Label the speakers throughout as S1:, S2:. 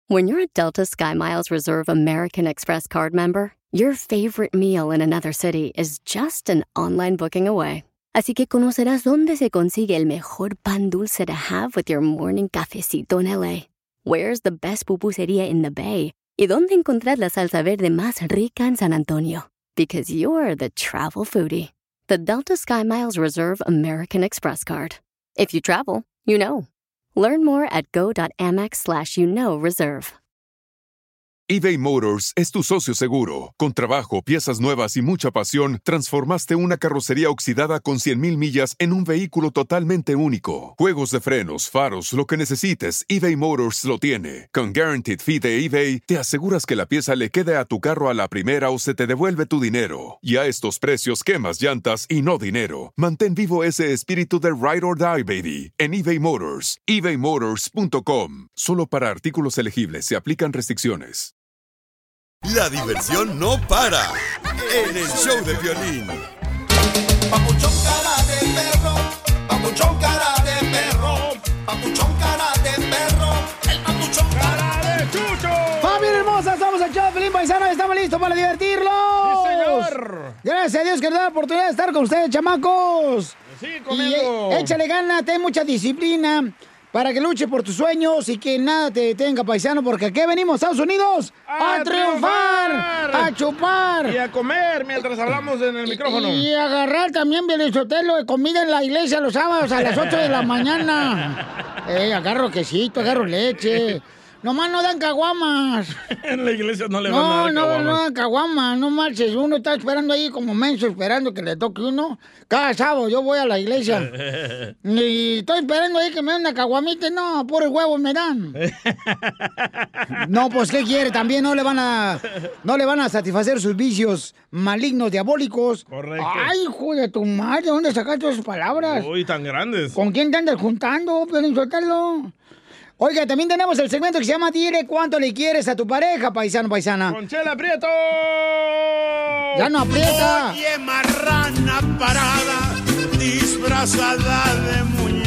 S1: When you're a Delta SkyMiles Reserve American Express card member, your favorite meal in another city is just an online booking away. Así que conocerás dónde se consigue el mejor pan dulce to have with your morning cafecito en LA. Where's the best pupusería in the Bay? Y dónde encontrar la salsa verde más rica en San Antonio. Because you're the travel foodie. The Delta SkyMiles Reserve American Express card. If you travel, you know. Learn more at go.amex/reserve.
S2: eBay Motors es tu socio seguro. Con trabajo, piezas nuevas y mucha pasión, transformaste una carrocería oxidada con 100,000 millas en un vehículo totalmente único. Juegos de frenos, faros, lo que necesites, eBay Motors lo tiene. Con Guaranteed Fee de eBay, te aseguras que la pieza le quede a tu carro a la primera o se te devuelve tu dinero. Y a estos precios, quemas llantas y no dinero. Mantén vivo ese espíritu de Ride or Die, baby, en eBay Motors. ebaymotors.com. Solo para artículos elegibles se aplican restricciones.
S3: La diversión no para en el show de Piolín.
S4: Papuchón cara de perro, papuchón cara de perro, papuchón cara de perro, el papuchón cara de chucho.
S5: ¡Familia hermosa! Estamos en el show de Piolín, paisano, estamos listos para divertirlos.
S4: ¡Sí, señor!
S5: Gracias a Dios que nos da la oportunidad de estar con ustedes, chamacos.
S4: Sí, comiendo.
S5: Y échale gana, ten mucha disciplina para que luche por tus sueños y que nada te detenga, paisano, porque aquí venimos, Estados Unidos, a triunfar, a chupar.
S4: Y a comer mientras hablamos en el micrófono.
S5: Y agarrar también, Pielinsotelo, de comida en la iglesia los sábados a las 8 de la mañana. Agarro quesito, agarro leche. Nomás no dan caguamas.
S4: En la iglesia no le van a dar caguamas.
S5: No dan caguamas, no marches. Uno está esperando ahí como menso, esperando que le toque uno. Cada sábado yo voy a la iglesia. Y estoy esperando ahí que me den una caguamita. No, por el huevo me dan. No, pues, ¿qué quiere? También no le van a satisfacer sus vicios malignos, diabólicos.
S4: Correcto.
S5: Ay, hijo de tu madre, ¿dónde sacaste esas palabras?
S4: Uy, tan grandes.
S5: ¿Con quién te andas juntando, Pielinsotelo? Oiga, también tenemos el segmento que se llama Dile cuánto le quieres a tu pareja, paisano, paisana.
S4: ¡Con Chela Prieto!
S5: ¡Ya no aprieta!
S4: Oye, marrana parada, disfrazada de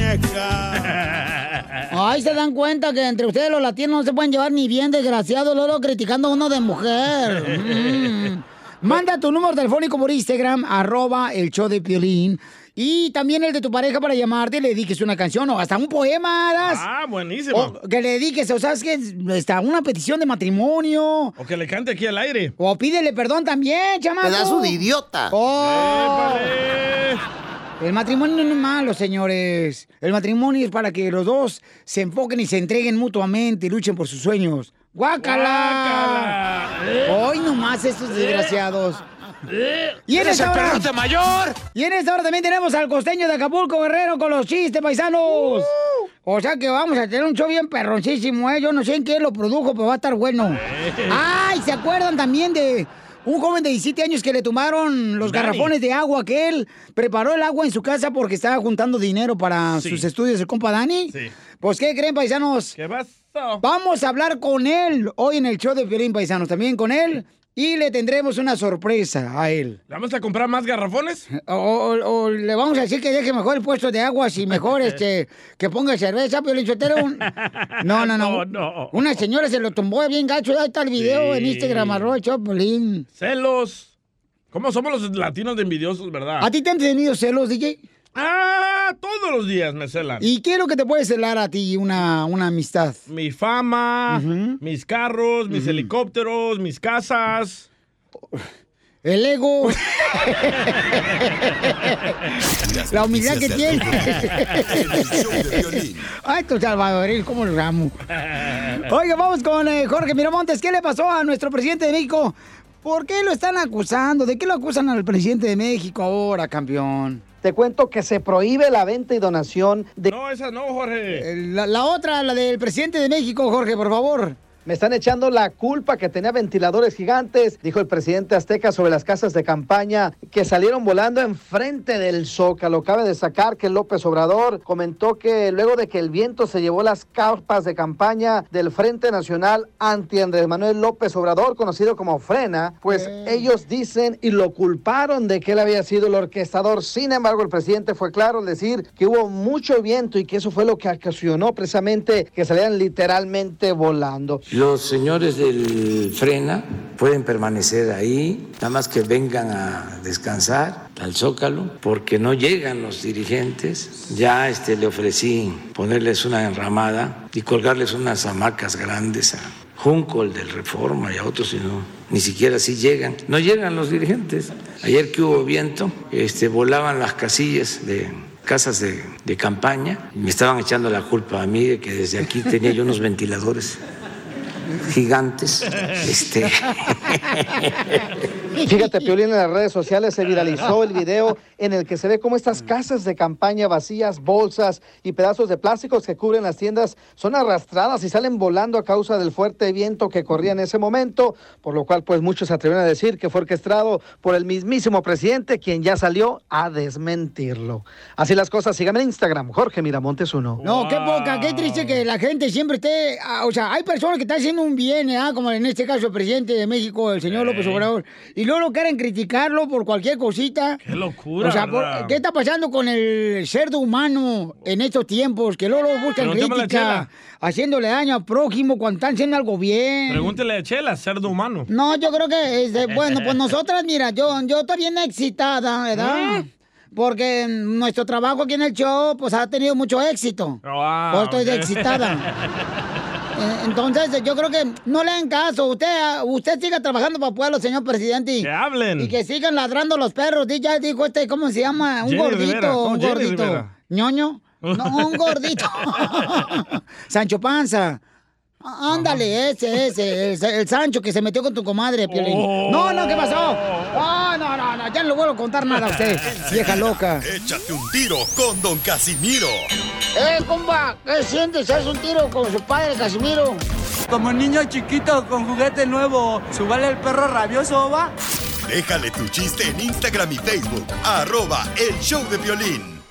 S4: muñeca.
S5: Ay, se dan cuenta que entre ustedes los latinos no se pueden llevar ni bien, desgraciados, luego criticando a uno de mujer. Manda tu número telefónico por Instagram, @el show de Piolín. Y también el de tu pareja para llamarte y le dediques una canción o hasta un poema, ¿das?
S4: Ah, buenísimo.
S5: O que le dediques, o sabes que está una petición de matrimonio.
S4: O que le cante aquí al aire.
S5: O pídele perdón también, chamaco.
S6: Pedazo de idiota.
S5: ¡Oh! El matrimonio no es malo, señores. El matrimonio es para que los dos se enfoquen y se entreguen mutuamente y luchen por sus sueños. ¡Guácala! Hoy nomás estos desgraciados. Y en esta hora,
S4: mayor!
S5: Y en esta hora también tenemos al costeño de Acapulco, Guerrero, con los chistes, paisanos. O sea que vamos a tener un show bien perroncísimo, ¿eh? Yo no sé en qué lo produjo, pero va a estar bueno. ¡Ay! ¿Se acuerdan también de un joven de 17 años que le tomaron los garrafones de agua, que él preparó el agua en su casa porque estaba juntando dinero para sus estudios, el compa Dani?
S4: Sí.
S5: Pues, ¿qué creen, paisanos?
S4: ¿Qué pasó?
S5: Vamos a hablar con él hoy en el show de Piolín, paisanos, también con él. Y le tendremos una sorpresa a él.
S4: ¿Le vamos a comprar más garrafones?
S5: O le vamos a decir que deje mejor el puesto de aguas y mejor que ponga cerveza, Piolinsotelo. No. Una señora se lo tumbó bien gacho. Ahí está el video en Instagram, @Piolín.
S4: Celos. ¿Cómo somos los latinos de envidiosos, verdad?
S5: ¿A ti te han tenido celos, DJ?
S4: Ah, todos los días me celan.
S5: ¿Y qué es lo que te puede celar a ti una amistad?
S4: Mi fama, mis carros, mis helicópteros, mis casas.
S5: El ego. La humildad que tiene. Ay, tu salvadoril, ¿cómo lo amo? Oiga, vamos con Jorge Miramontes. ¿Qué le pasó a nuestro presidente de México? ¿Por qué lo están acusando? ¿De qué lo acusan al presidente de México ahora, campeón?
S7: Te cuento que se prohíbe la venta y donación de...
S4: No, esa no, Jorge.
S5: La otra, la del presidente de México, Jorge, por favor.
S7: Me están echando la culpa que tenía ventiladores gigantes, dijo el presidente azteca sobre las casas de campaña que salieron volando enfrente del Zócalo. Cabe destacar que López Obrador comentó que luego de que el viento se llevó las carpas de campaña del Frente Nacional anti Andrés Manuel López Obrador, conocido como Frena, pues ellos dicen y lo culparon de que él había sido el orquestador. Sin embargo, el presidente fue claro al decir que hubo mucho viento y que eso fue lo que ocasionó precisamente que salieran literalmente volando.
S6: Los señores del Frena pueden permanecer ahí, nada más que vengan a descansar al Zócalo, porque no llegan los dirigentes. Ya le ofrecí ponerles una enramada y colgarles unas hamacas grandes a Junco, el del Reforma, y a otros, y no, ni siquiera así llegan. No llegan los dirigentes. Ayer que hubo viento, volaban las casillas de casas de campaña y me estaban echando la culpa a mí de que desde aquí tenía yo unos ventiladores gigantes.
S7: Fíjate, Piolín, en las redes sociales se viralizó el video en el que se ve cómo estas casas de campaña vacías, bolsas y pedazos de plásticos que cubren las tiendas son arrastradas y salen volando a causa del fuerte viento que corría en ese momento, por lo cual pues muchos se atreven a decir que fue orquestado por el mismísimo presidente, quien ya salió a desmentirlo. Así las cosas, síganme en Instagram, Jorge Miramontes 1.
S5: No, qué poca, qué triste que la gente siempre esté, o sea, hay personas que están haciendo un bien, como en este caso el presidente de México, el señor López Obrador, y luego lo quieren criticarlo por cualquier cosita.
S8: ¡Qué locura!
S5: O sea, ¿qué está pasando con el cerdo humano en estos tiempos? Que luego lo buscan crítica, haciéndole daño al prójimo cuando están haciendo algo bien.
S8: Pregúntele a Chela, cerdo humano.
S5: No, yo creo que, bueno, pues nosotras, mira, yo estoy bien excitada, ¿verdad? Porque nuestro trabajo aquí en el show, pues ha tenido mucho éxito. Pues estoy excitada. Entonces, yo creo que no le hagan caso. Usted siga trabajando para el pueblo, señor presidente.
S8: Que hablen.
S5: Y que sigan ladrando los perros. Ya dijo ¿cómo se llama? Un
S8: Jenny
S5: gordito.
S8: Rivera. No,
S5: Un
S8: Jenny
S5: gordito.
S8: Rivera.
S5: ¿Ñoño? No, un gordito. Sancho Panza. Ándale, ese, el Sancho que se metió con tu comadre, Piolín. No, ¿qué pasó? No, ya no le vuelvo a contar nada a usted, vieja loca.
S3: Échate un tiro con Don Casimiro.
S5: Compa, ¿qué sientes? ¿Haz un tiro con su padre, Casimiro?
S9: Como niño chiquito con juguete nuevo, ¿subale el perro rabioso, va?
S3: Déjale tu chiste en Instagram y Facebook, @El Show de Piolín.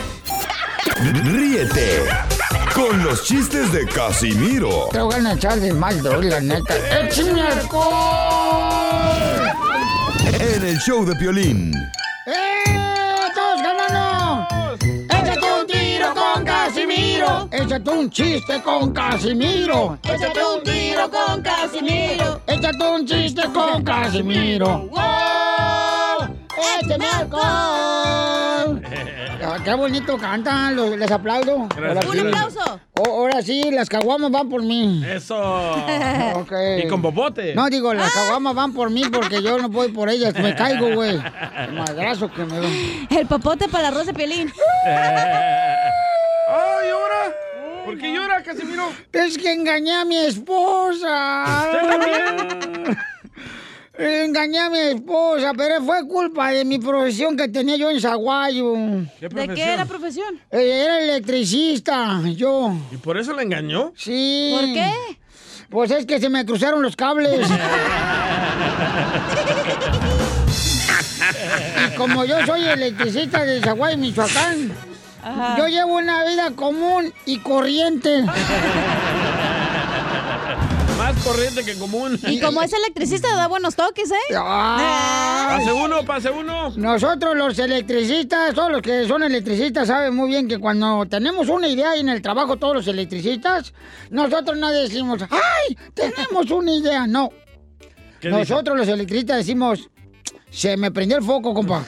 S3: Ríete con los chistes de Casimiro.
S5: Te voy a echar de mal, la neta. ¡Échame alcohol!
S3: En el Show de Piolín.
S5: ¡Todos ganando! ¡Échate un tiro con Casimiro! ¡Échate un chiste con Casimiro!
S10: ¡Échate un tiro con Casimiro!
S5: ¡Échate un chiste con Casimiro! ¡Wow! ¡Échame alcohol! ¡Qué bonito cantan! Les aplaudo.
S10: ¡Un aplauso!
S5: Ahora sí, las caguamas van por mí.
S8: ¡Eso!
S5: Okay.
S8: ¿Y con popote?
S5: No, digo, las caguamas van por mí porque yo no voy por ellas. Me caigo, güey. Madrazo que me doy.
S10: El popote para el arroz de Piolín.
S8: ¡Ay, llora! ¿Por qué llora, Casimiro?
S5: Es que engañé a mi esposa. Engañé a mi esposa, pero fue culpa de mi profesión que tenía yo en Zaguayo.
S10: ¿De qué era profesión?
S5: Era electricista, yo.
S8: ¿Y por eso la engañó?
S5: Sí.
S10: ¿Por qué?
S5: Pues es que se me cruzaron los cables. Y como yo soy electricista de Zaguayo, Michoacán, yo llevo una vida común y corriente.
S8: Más corriente que común.
S10: Y como es electricista, da buenos toques, ¿eh?
S8: Pase uno.
S5: Nosotros los electricistas, todos los que son electricistas saben muy bien que cuando tenemos una idea y en el trabajo todos los electricistas, nosotros no decimos, ¡ay! Tenemos una idea. No. Nosotros los electricistas decimos, se me prendió el foco, compa.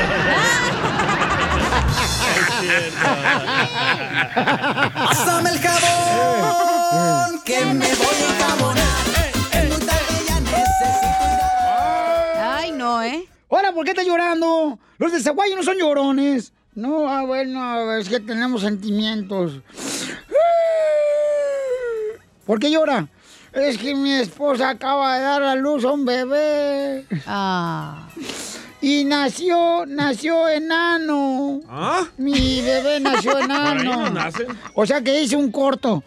S4: Pásame el jabón, que me voy a jabonar. Es muy tarde, ya necesito ir.
S10: Ay, no, ¿eh?
S5: Ahora, ¿por qué estás llorando? Los de Zaguayo no son llorones. No, bueno, es que tenemos sentimientos. ¿Por qué llora? Es que mi esposa acaba de dar a luz a un bebé. Y nació enano.
S8: ¿Ah?
S5: Mi bebé nació enano.
S8: Por ahí no nacen.
S5: O sea que hice un corto.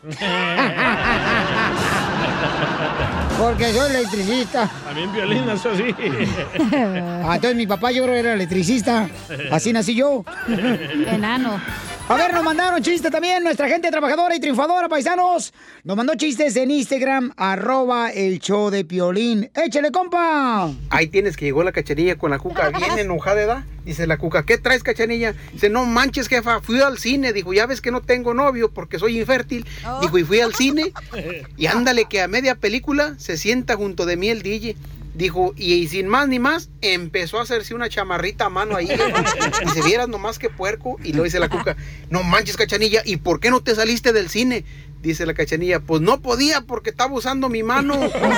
S5: Porque soy electricista.
S8: También Piolín nació así.
S5: Entonces mi papá yo creo era electricista. Así nací yo.
S10: Enano.
S5: A ver, nos mandaron chistes también nuestra gente trabajadora y triunfadora, paisanos. Nos mandó chistes en Instagram, @el-show-de-Piolín. ¡Échale, compa!
S11: Ahí tienes que llegó la Cachanilla con la Cuca bien enojada, ¿verdad? Dice la Cuca, ¿qué traes, Cachanilla? Dice, no manches, jefa, fui al cine. Dijo, ya ves que no tengo novio porque soy infértil. Dijo, y fui al cine. Y ándale que a media película se sienta junto de mí el DJ. Dijo, y sin más ni más, empezó a hacerse una chamarrita a mano ahí. Y se vieras nomás que puerco. Y lo dice la Cuca, no manches, Cachanilla, ¿y por qué no te saliste del cine? Dice la Cachanilla, pues no podía porque estaba usando mi mano.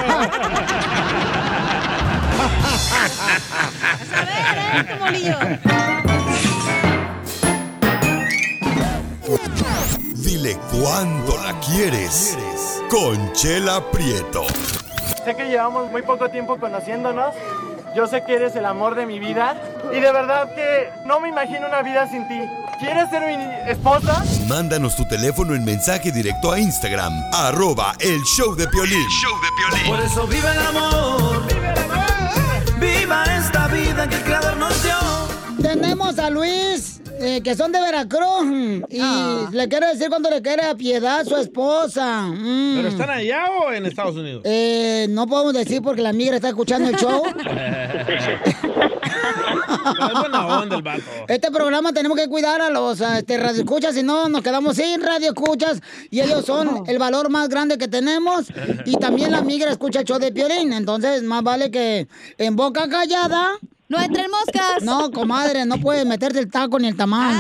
S3: Dile cuándo la quieres. Conchela Prieto.
S12: Sé que llevamos muy poco tiempo conociéndonos. Yo sé que eres el amor de mi vida. Y de verdad que no me imagino una vida sin ti. ¿Quieres ser mi esposa?
S3: Mándanos tu teléfono en mensaje directo a Instagram, @el-show-de-Piolín.
S4: Por eso vive el amor. Viva esta vida que el Creador nos dio.
S5: Tenemos a Luis, que son de Veracruz. Y le quiero decir cuando le quiere a Piedad, su esposa.
S8: ¿Pero están allá o en Estados Unidos?
S5: No podemos decir porque la migra está escuchando el show.
S8: Es buena onda el vato.
S5: Este programa tenemos que cuidar a los radioescuchas, si no nos quedamos sin radioescuchas. Y ellos son el valor más grande que tenemos. Y también la migra escucha el show de Piolín. Entonces, más vale que en boca callada
S10: no entren moscas.
S5: No, comadre, no puedes meterte el taco ni el tamal.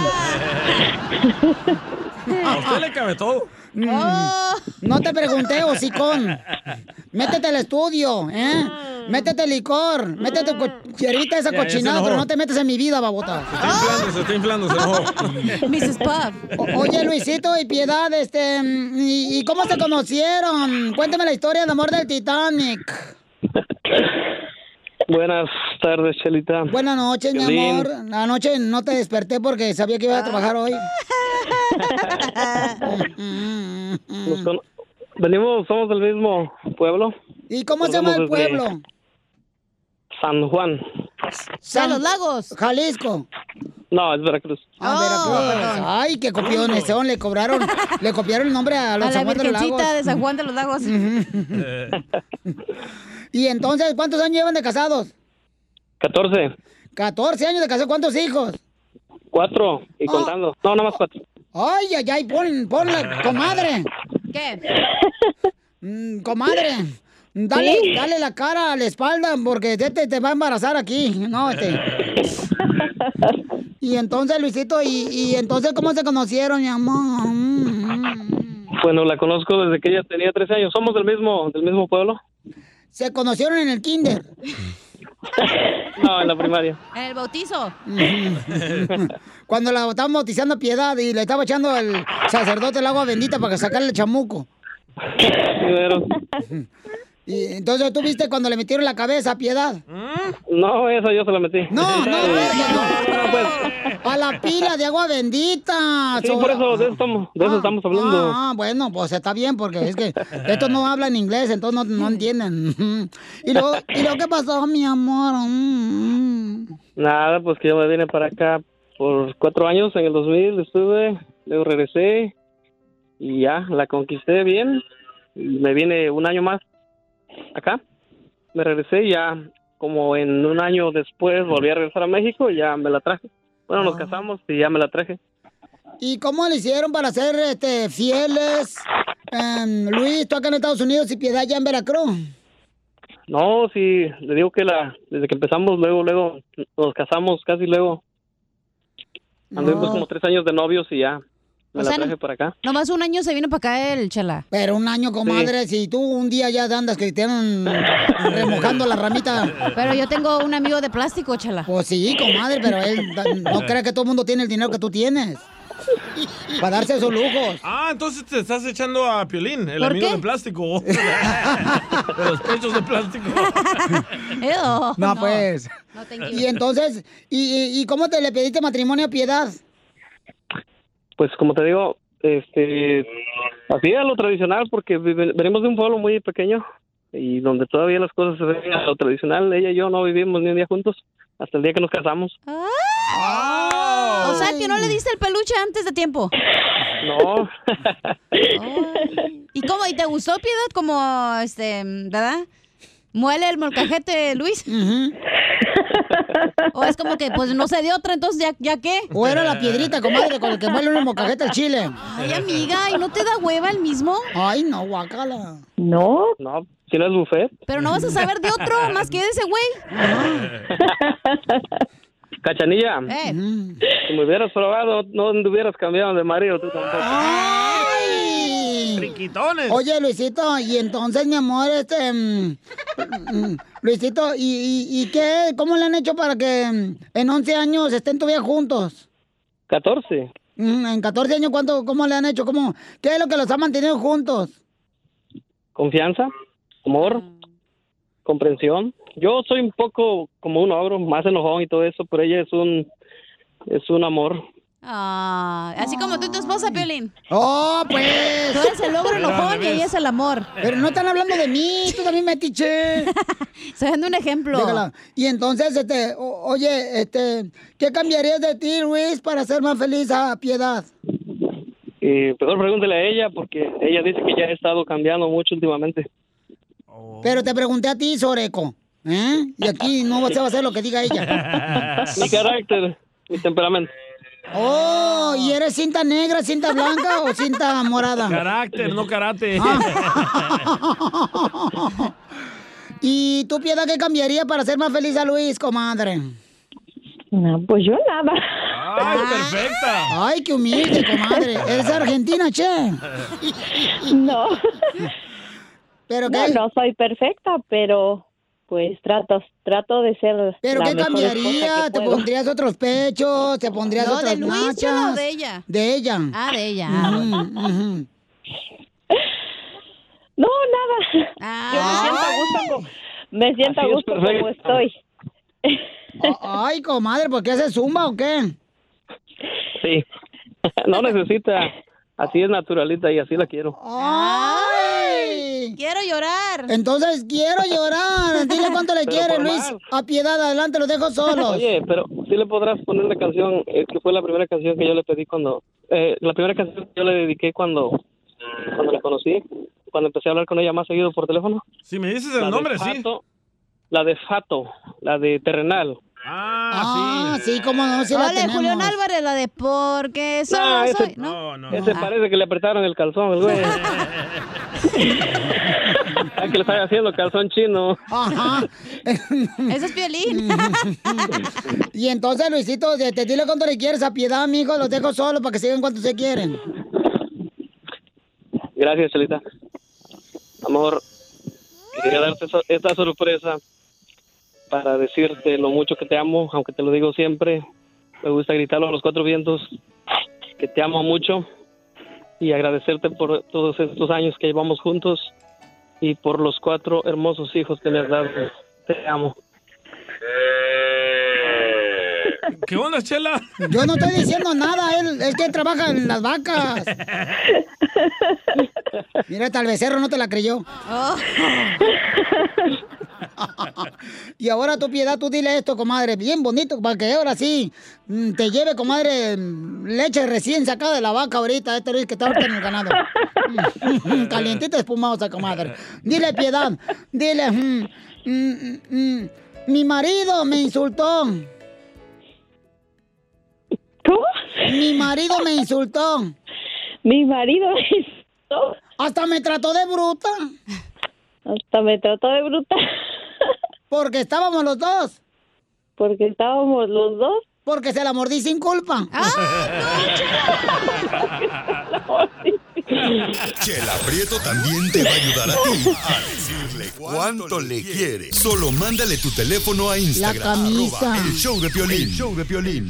S8: A usted le cabe todo.
S5: No te pregunté, hocicón. Métete al estudio, ¿eh? Métete licor. Métete hierbita esa cochinada, pero no te metes en mi vida, babota.
S8: Se está inflando, se enojó.
S10: Mrs. Puff.
S5: Oye, Luisito y Piedad, ¿y cómo se conocieron? Cuéntame la historia de amor del Titanic.
S13: Buenas tardes, Chelita.
S5: Buenas noches, mi amor. Anoche no te desperté porque sabía que ibas a trabajar hoy.
S13: Somos del mismo pueblo.
S5: ¿Y cómo se llama el pueblo?
S13: San Juan.
S10: ¿De los Lagos?
S5: Jalisco.
S13: No, es Veracruz.
S5: Veracruz. Ay, qué copiones son. Le copiaron el nombre a los
S10: la
S5: San Juan de los Lagos.
S10: Virgencita de San Juan de los Lagos.
S5: Y entonces, ¿cuántos años llevan de casados?
S13: 14.
S5: 14 años de casados. ¿Cuántos hijos?
S13: 4 y contando. No, nada más 4.
S5: Ay, ay, ay, ponla, comadre.
S10: ¿Qué?
S5: Comadre, dale la cara a la espalda porque te va a embarazar aquí. No, Y entonces, Luisito, y entonces, ¿cómo se conocieron, mi amor?
S13: Bueno, la conozco desde que ella tenía 13 años. Somos del mismo pueblo.
S5: ¿Se conocieron en el kinder?
S13: No, en la primaria.
S10: ¿En el bautizo?
S5: Cuando la estaban bautizando a Piedad y le estaba echando el sacerdote el agua bendita para sacarle el chamuco. Y entonces, ¿tú viste cuando le metieron la cabeza a Piedad?
S13: No, esa yo se la metí.
S5: No,
S13: pues.
S5: A la pila de agua bendita.
S13: Sí, por eso, de eso estamos hablando.
S5: Bueno, pues está bien, porque es que estos no hablan inglés, entonces no entienden. ¿Y luego qué pasó, mi amor?
S13: Nada, pues que yo me vine para acá por 4 años, en el 2000 estuve, luego regresé y ya, la conquisté bien. Y me vine un año más acá, me regresé y ya como en un año después volví a regresar a México y ya me la traje. Bueno, nos casamos y ya me la traje.
S5: ¿Y cómo le hicieron para ser fieles, Luis, tú acá en Estados Unidos y Piedad ya en Veracruz?
S13: No, sí, le digo que desde que empezamos, luego nos casamos casi luego. Anduvimos como 3 años de novios y ya me la traje para acá.
S10: Nomás un año se vino para acá el Chela.
S5: Pero un año, comadre, si tú un día ya andas que te andan remojando la ramita.
S10: Pero yo tengo un amigo de plástico, Chela.
S5: Pues sí, comadre, pero él no cree que todo el mundo tiene el dinero que tú tienes. Para darse esos lujos.
S8: Entonces te estás echando a Piolín, el amigo de plástico. De los pechos de plástico.
S5: No, pues.
S10: No, thank you.
S5: Y entonces, ¿y cómo te le pediste matrimonio a Piedad?
S13: Pues como te digo, así a lo tradicional, porque venimos de un pueblo muy pequeño y donde todavía las cosas se ven a lo tradicional. Ella y yo no vivimos ni un día juntos hasta el día que nos casamos.
S10: O sea, que no le diste el peluche antes de tiempo.
S13: No.
S10: ¿Y cómo? ¿Y te gustó, Piedad? Como, ¿verdad? ¿Muele el molcajete, Luis? ¿O es como que, pues, no se dio otra, entonces, ¿ya qué?
S5: ¿O era la piedrita, comadre, con la que muele un molcajete al chile?
S10: Ay, amiga, ¿y no te da hueva el mismo?
S5: Ay, no, guácala.
S13: No, si no es buffet.
S10: Pero no vas a saber de otro, más que de ese güey.
S13: Cachanilla, si me hubieras probado, no hubieras cambiado de marido tú tampoco.
S5: ¡Ay!
S8: Triquitones.
S5: Oye, Luisito, y entonces, mi amor, Luisito, ¿y qué? ¿Cómo le han hecho para que en 11 años estén todavía juntos?
S13: 14.
S5: En 14 años, ¿cómo le han hecho? ¿Qué es lo que los ha mantenido juntos?
S13: Confianza, amor, comprensión. Yo soy un poco como un ogro, más enojón y todo eso, pero ella es un amor.
S10: Ah, así como tú y tu esposa, Piolín.
S5: ¡Oh, pues!
S10: Tú eres el ogro enojón y ella es el amor.
S5: Pero no están hablando de mí, tú también metiche.
S10: Estoy dando un ejemplo.
S5: Dígala. Y entonces, oye, ¿qué cambiarías de ti, Luis, para ser más feliz a Piedad?
S13: Mejor pregúntele a ella, porque ella dice que ya ha estado cambiando mucho últimamente.
S5: Pero te pregunté a ti, Soreco. Y aquí no se va a hacer lo que diga ella.
S13: Mi carácter, mi temperamento.
S5: Oh, ¿y eres cinta negra, cinta blanca o cinta morada?
S8: Carácter, no karate.
S5: ¿Y tú, Piedad, qué cambiaría para ser más feliz a Luis, comadre?
S14: No, pues yo nada.
S8: ¡Ay, perfecta!
S5: Ay, qué humilde, comadre. ¿Eres argentina, che?
S14: No.
S5: ¿Pero qué?
S14: No soy perfecta, pero pues trato de ser.
S5: ¿Pero
S14: la
S5: qué
S14: mejor
S5: cambiaría?
S14: esposa que
S5: ¿Te
S14: puedo.
S5: pondrías otros pechos? ¿Te pondrías otras
S10: ¿de Luis
S5: nachas?
S10: o de ella?
S5: De ella.
S10: Ah, de ella.
S14: No, nada. Yo me siento a gusto como estoy.
S5: Ay, comadre, ¿por qué haces zumba o qué?
S13: Sí, no necesita, así es naturalita y así la quiero.
S5: ¡Ay!
S10: Quiero llorar.
S5: Entonces, quiero llorar. Dile cuánto le
S13: Pero
S5: quieres,
S13: por
S5: Luis.
S13: más.
S5: A Piedad, adelante, los dejo solos.
S13: Oye, pero sí le podrás poner la canción, que fue la primera canción que yo le pedí la primera canción que yo le dediqué cuando la conocí, cuando empecé a hablar con ella más seguido por teléfono.
S8: Si me dices el nombre, sí.
S13: La de Fato, la de Terrenal.
S5: Sí, cómo no, sí la
S10: Hola,
S5: tenemos.
S10: Julián Álvarez, la de porque solo
S13: ese-
S10: soy. ¿No?
S13: Ese parece que le apretaron el calzón, el güey. Hay que le está haciendo calzón chino.
S5: Ajá.
S10: Ese es Piolín.
S5: Y entonces, Luisito, dile cuánto le quieres a Piedad, mijo. Los dejo solos para que sigan cuánto se quieren.
S13: Gracias, Chelita. Amor, quería darte esta sorpresa para decirte lo mucho que te amo, aunque te lo digo siempre. Me gusta gritarlo a los cuatro vientos, que te amo mucho, y agradecerte por todos estos años que llevamos juntos y por los 4 hermosos hijos que me has dado. Te amo.
S8: ¿Qué onda, Chela?
S5: Yo no estoy diciendo nada, él es que trabaja en las vacas. Mira, tal becerro no te la creyó. Y ahora tu Piedad, tú dile esto, comadre, bien bonito, para que ahora sí te lleve, comadre, leche recién sacada de la vaca ahorita, Luis que está ahorita en el ganado. Calientita, espumosa, comadre. Dile, Piedad, dile, mi marido me insultó.
S14: ¿Cómo?
S5: Mi marido me insultó.
S14: Mi marido me insultó.
S5: Hasta me trató de bruta.
S14: Hasta me trató de bruta.
S5: Porque estábamos los dos.
S14: Porque estábamos los dos.
S5: Porque se la mordí sin culpa.
S3: Chela Prieto también te va a ayudar a ti a decirle cuánto le quiere. Solo mándale tu teléfono a Instagram.
S5: La camisa.
S3: @el show de Piolín. El show de Piolín.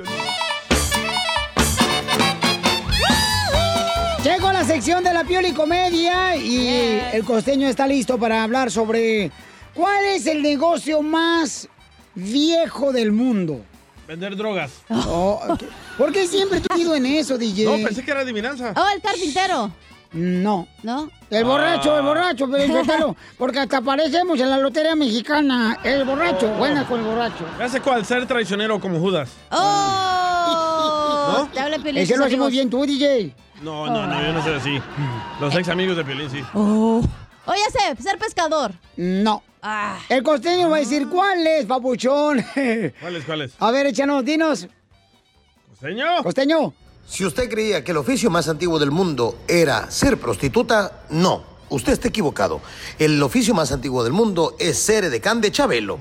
S5: Llegó la sección de la Pioli Comedia y el costeño está listo para hablar sobre cuál es el negocio más viejo del mundo.
S8: Vender drogas.
S5: ¿Por qué siempre te he ido en eso, DJ?
S8: No, pensé que era adivinanza.
S10: Oh, el carpintero.
S5: No.
S10: ¿No?
S5: El borracho, pero porque hasta parecemos en la lotería mexicana. El borracho, buena con el borracho.
S8: ¿Hace cuál? ¿Ser traicionero como Judas?
S10: ¡Oh!
S8: ¿No?
S10: Te habla Piolín.
S5: Ese lo hacemos bien tú, DJ.
S8: No, yo no soy así. Los ex amigos de Piolín, sí.
S10: Oye, ser pescador.
S5: No. El costeño va a decir cuál es, papuchón.
S8: ¿Cuál es?
S5: A ver, échanos, dinos. Costeño.
S15: Si usted creía que el oficio más antiguo del mundo era ser prostituta, no. Usted está equivocado. El oficio más antiguo del mundo es ser edecán de Chabelo.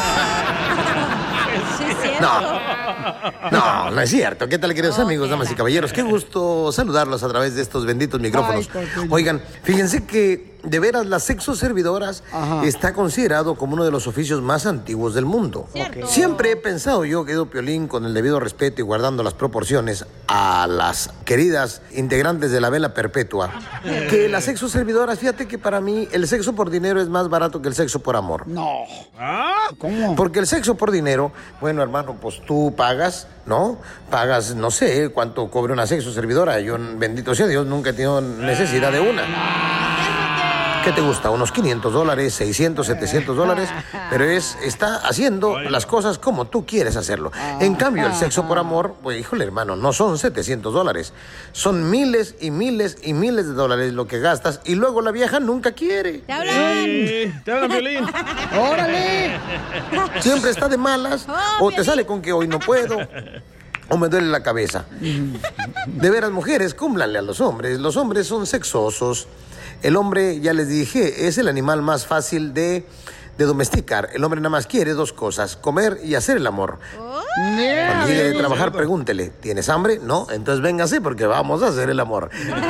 S15: No es cierto. ¿Qué tal, queridos amigos, damas y caballeros? Qué gusto saludarlos a través de estos benditos micrófonos. Oigan, fíjense que de veras las sexoservidoras está considerado como uno de los oficios más antiguos del mundo. Siempre he pensado yo, querido Piolín, con el debido respeto y guardando las proporciones a las queridas integrantes de la vela perpetua, que las sexoservidoras, fíjate que para mí el sexo por dinero es más barato que el sexo por amor.
S5: No. ¿Cómo?
S15: Porque el sexo por dinero, bueno, hermano, pues tú pagas, ¿no? Pagas, no sé cuánto cobra una sexoservidora. Yo, bendito sea Dios, nunca he tenido necesidad de una. ¿Qué te gusta? Unos $500, $600, $700, pero está haciendo las cosas como tú quieres hacerlo. En cambio, el sexo por amor, pues, híjole, hermano, no son $700. Son miles y miles y miles de dólares lo que gastas y luego la vieja nunca quiere.
S10: ¡Te hablan!
S8: ¡Te hablan, Piolín!
S5: ¡Órale!
S15: Siempre está de malas o te sale con que hoy no puedo. O me duele la cabeza. De veras, mujeres, cúmplanle a los hombres. Los hombres son sexosos. El hombre, ya les dije, es el animal más fácil de domesticar. El hombre nada más quiere dos cosas, comer y hacer el amor. Cuando llegue de trabajar, pregúntele, ¿tienes hambre? No, entonces véngase porque vamos a hacer el amor.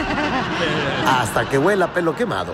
S15: Hasta que huela pelo quemado.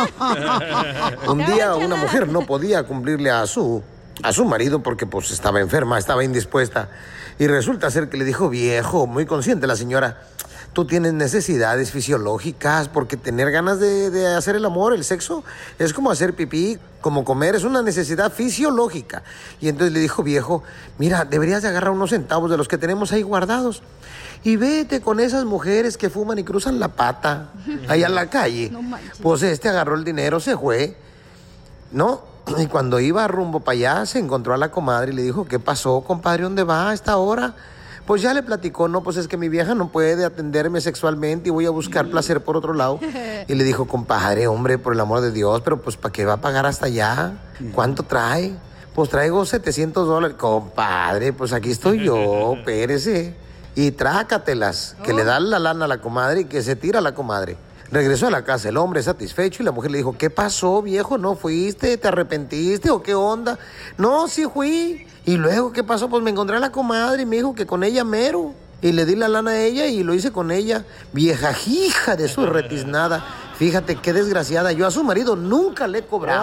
S15: Un día una mujer no podía cumplirle a su marido porque pues estaba enferma, estaba indispuesta. Y resulta ser que le dijo, viejo, muy consciente la señora, tú tienes necesidades fisiológicas porque tener ganas de hacer el amor, el sexo, es como hacer pipí, como comer, es una necesidad fisiológica. Y entonces le dijo, viejo, mira, deberías de agarrar unos centavos de los que tenemos ahí guardados y vete con esas mujeres que fuman y cruzan la pata allá en la calle. Pues agarró el dinero, se fue, ¿no? Y cuando iba rumbo para allá, se encontró a la comadre y le dijo, ¿qué pasó, compadre? ¿Dónde va a esta hora? Pues ya le platicó, no, pues es que mi vieja no puede atenderme sexualmente y voy a buscar placer por otro lado. Y le dijo, compadre, hombre, por el amor de Dios, pero pues ¿para qué va a pagar hasta allá? ¿Cuánto trae? Pues traigo $700. Compadre, pues aquí estoy yo, espérese. Y trácatelas, que le da la lana a la comadre y que se tira a la comadre. Regresó a la casa el hombre satisfecho y la mujer le dijo, ¿qué pasó, viejo? ¿No fuiste? ¿Te arrepentiste o qué onda? No, sí fui. ¿Y luego qué pasó? Pues me encontré a la comadre y me dijo que con ella mero. Y le di la lana a ella y lo hice con ella. Vieja hija de su retiznada. Fíjate qué desgraciada. Yo a su marido nunca le he cobrado.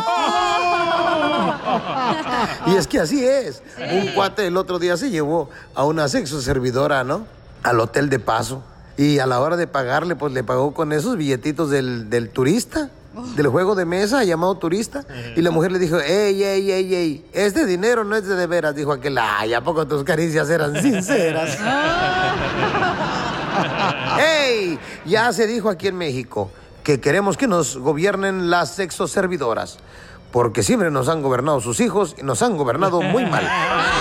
S15: Y es que así es. Sí. Un cuate el otro día se llevó a una sexoservidora, ¿no? Al hotel de paso. Y a la hora de pagarle, pues le pagó con esos billetitos del turista, del juego de mesa llamado turista. Y la mujer le dijo, ey, este dinero no es de veras. Dijo aquel, ay, ¿a poco tus caricias eran sinceras? ¡Ey! Ya se dijo aquí en México que queremos que nos gobiernen las sexoservidoras, porque siempre nos han gobernado sus hijos y nos han gobernado muy mal.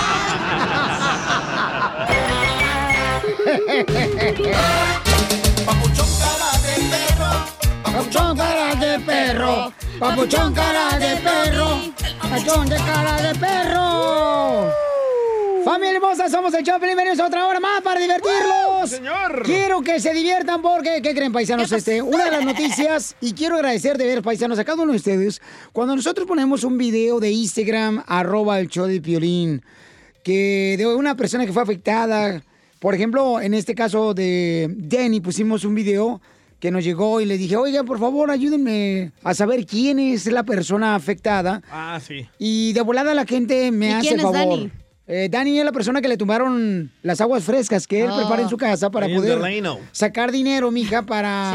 S4: Papuchón cara de perro,
S5: papuchón cara de perro, papuchón cara de perro, papuchón de cara de perro. Familia hermosa, somos el show. Bienvenidos a otra hora más para divertirlos.
S8: ¡Señor!
S5: Quiero que se diviertan porque, ¿qué creen, paisanos? Una de las noticias, y quiero agradecer de ver, paisanos, a cada uno de ustedes, cuando nosotros ponemos un video de Instagram, @el show de Piolín, que de una persona que fue afectada. Por ejemplo, en este caso de Danny, pusimos un video que nos llegó y le dije, oiga, por favor, ayúdenme a saber quién es la persona afectada.
S8: Ah, sí.
S5: Y de volada la gente me hace el favor. ¿Quién es Danny? Danny es la persona que le tumbaron las aguas frescas que él prepara en su casa para poder sacar dinero, mija, para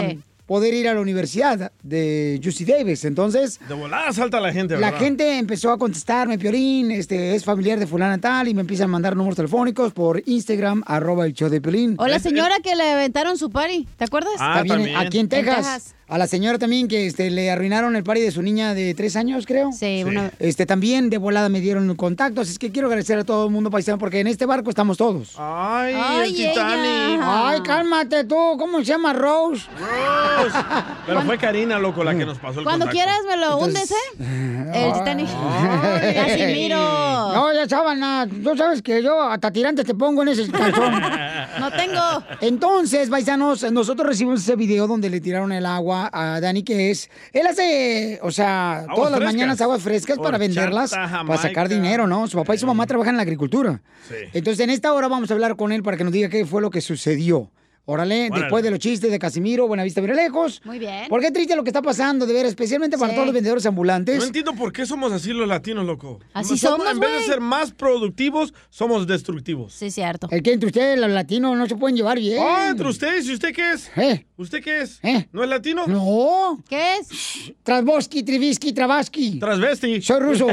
S5: poder ir a la universidad de UC Davis. Entonces,
S8: De volada salta la gente,
S5: la
S8: ¿verdad?
S5: gente empezó a contestarme, Piolín, es familiar de fulana tal, y me empiezan a mandar números telefónicos por Instagram, @el show de Piolín.
S10: O la señora que le aventaron su party, ¿te acuerdas?
S5: También aquí en Texas. A la señora también que le arruinaron el party de su niña de 3 años, creo.
S10: Sí, una...
S5: También de volada me dieron contactos. Es que quiero agradecer a todo el mundo paisano porque en este barco estamos todos.
S8: Ay, el
S10: ella.
S8: Titanic.
S5: Ay, cálmate tú. ¿Cómo se llama? Rose.
S8: Pero fue Karina, loco, la que nos pasó el
S10: Cuando
S8: contacto.
S10: quieras me lo hundes, ¿eh? El Titanic. Casimiro.
S5: No, ya sábana. Tú sabes que yo hasta tirante te pongo en ese calzón.
S10: No tengo.
S5: Entonces, paisanos, nosotros recibimos ese video donde le tiraron el agua a Dani, que él hace, o sea,
S8: Aguas
S5: todas las
S8: frescas.
S5: mañanas aguas frescas para
S8: Horchata,
S5: venderlas, para
S8: Jamaica.
S5: sacar dinero, ¿no? Su papá y su mamá trabajan en la agricultura.
S8: Sí.
S5: Entonces, en esta hora vamos a hablar con él para que nos diga qué fue lo que sucedió. Órale, después de los chistes de Casimiro, Buenavista, Virelejos.
S10: Muy bien.
S5: Porque es triste lo que está pasando, de ver, especialmente para todos los vendedores ambulantes.
S8: No entiendo por qué somos así los latinos, loco.
S10: Así somos,
S8: En vez de
S10: güey.
S8: ser más productivos, somos destructivos.
S10: Sí, cierto.
S5: El que entre ustedes, los latinos, no se pueden llevar bien.
S8: Ah, entre ustedes. ¿Y usted qué es? ¿Usted qué es? ¿No es latino?
S5: No.
S10: ¿Qué es?
S5: Trasboski, Trivisky, Travasky.
S8: Trasvesti.
S5: Soy ruso.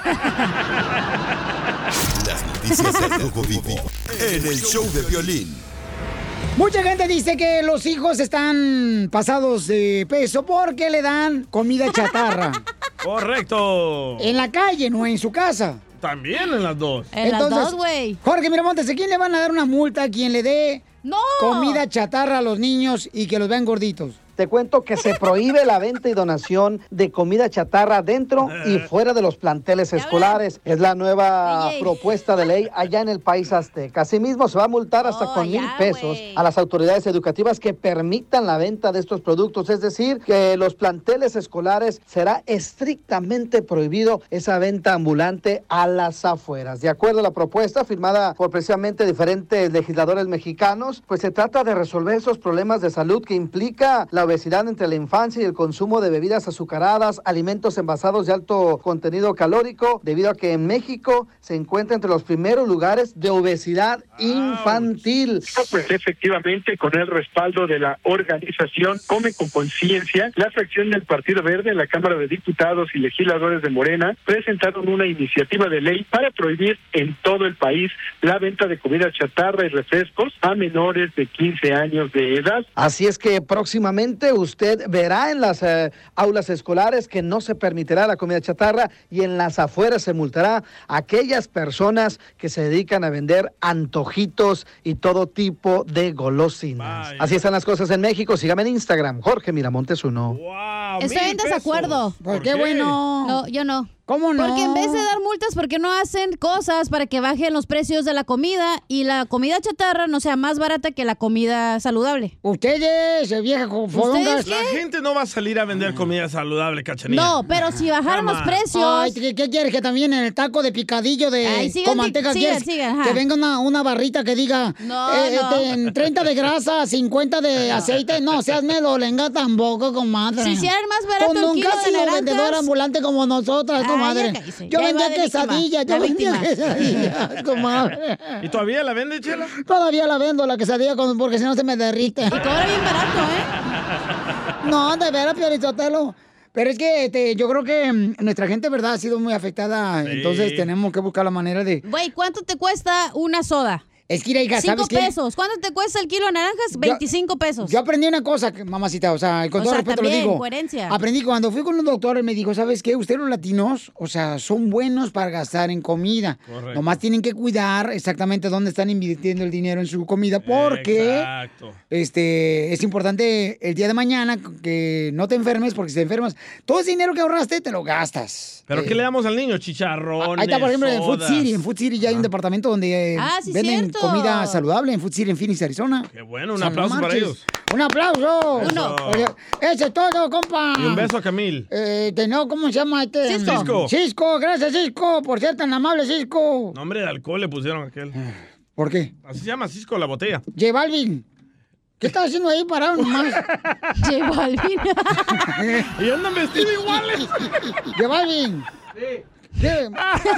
S3: Las noticias del Rojo Vivo en el show de Piolín.
S5: Mucha gente dice que los hijos están pasados de peso porque le dan comida chatarra.
S8: Correcto.
S5: En la calle, no en su casa.
S8: También en las dos.
S10: En las dos, güey.
S5: Jorge Miramontes, ¿a quién le van a dar una multa a quien le dé comida chatarra a los niños y que los vean gorditos?
S7: Te cuento que se prohíbe la venta y donación de comida chatarra dentro y fuera de los planteles escolares. Es la nueva propuesta de ley allá en el país azteca. Asimismo, se va a multar hasta con $1,000 a las autoridades educativas que permitan la venta de estos productos. Es decir, que los planteles escolares será estrictamente prohibido esa venta ambulante a las afueras. De acuerdo a la propuesta firmada por precisamente diferentes legisladores mexicanos, pues se trata de resolver esos problemas de salud que implica la obesidad entre la infancia y el consumo de bebidas azucaradas, alimentos envasados de alto contenido calórico, debido a que en México se encuentra entre los primeros lugares de obesidad infantil.
S16: Pues efectivamente, con el respaldo de la organización Come con Conciencia, la fracción del Partido Verde en la Cámara de Diputados y legisladores de Morena presentaron una iniciativa de ley para prohibir en todo el país la venta de comida chatarra y refrescos a menores de 15 años de edad.
S7: Así es que próximamente usted verá en las aulas escolares que no se permitirá la comida chatarra y en las afueras se multará a aquellas personas que se dedican a vender antojitos y todo tipo de golosinas. Así están las cosas en México. Sígame en Instagram, Jorge Miramontes 1.
S10: Estoy en desacuerdo.
S5: ¿Por qué? Bueno.
S10: No, yo no.
S5: ¿Cómo no?
S10: Porque en vez de dar multas, ¿por qué no hacen cosas para que bajen los precios de la comida y la comida chatarra no sea más barata que la comida saludable?
S5: Ustedes, vieja fodongas.
S8: La gente no va a salir a vender comida saludable, Cachanilla.
S10: No, pero si bajaran los precios...
S5: Ay, ¿qué quieres? Que también en el taco de picadillo con manteca quieres que venga una barrita que diga
S10: No.
S5: 30 de grasa, 50 de aceite. No, seas medolenga tampoco, comadre.
S10: Si hicieran más barato
S5: Tú
S10: el
S5: nunca
S10: kilo
S5: has
S10: de
S5: sido
S10: naranjas.
S5: vendedora ambulante como nosotras, comadre. Yo vendía quesadillas, comadre.
S8: ¿Y todavía la vende, Chela?
S5: Todavía la vendo, la quesadilla, porque si no se me derrite.
S10: Y cobra bien barato,
S5: No, de veras, Piorichotelo. Pero es que yo creo que nuestra gente, ¿verdad?, ha sido muy afectada. Sí. Entonces tenemos que buscar la manera de...
S10: Güey, ¿cuánto te cuesta una soda?
S5: Es que, hija, ¿sabes qué?
S10: 5 pesos. ¿Cuánto te cuesta el kilo de naranjas? 25 pesos.
S5: Yo aprendí una cosa, mamacita, o sea, con todo respeto
S10: también,
S5: lo digo.
S10: Coherencia.
S5: Aprendí cuando fui con un doctor, él me dijo, ¿sabes qué? Ustedes los latinos, o sea, son buenos para gastar en comida. Correcto. Nomás tienen que cuidar exactamente dónde están invirtiendo el dinero en su comida, porque es importante el día de mañana que no te enfermes, porque si te enfermas, todo ese dinero que ahorraste te lo gastas.
S8: ¿Pero qué le damos al niño? Chicharrones,
S5: ahí está, por ejemplo,
S8: sodas.
S5: En Food City ya hay un departamento donde venden
S10: cierto.
S5: comida saludable en Food City en Phoenix, Arizona.
S8: Qué bueno, un aplauso para ellos.
S5: ¡Un aplauso!
S8: Uno.
S5: Oye, ese es todo, compa.
S8: Y un beso a Camil.
S5: ¿Cómo se llama este?
S8: Cisco.
S5: Cisco, gracias, Cisco, por ser tan amable, Cisco.
S8: Nombre de alcohol le pusieron a aquel.
S5: ¿Por qué?
S8: Así se llama Cisco la botella.
S5: J Balvin. ¿Qué estás haciendo ahí parado nomás?
S10: J Balvin.
S8: Y andan vestidos iguales.
S5: J Balvin.
S12: Sí.
S5: ¿Qué?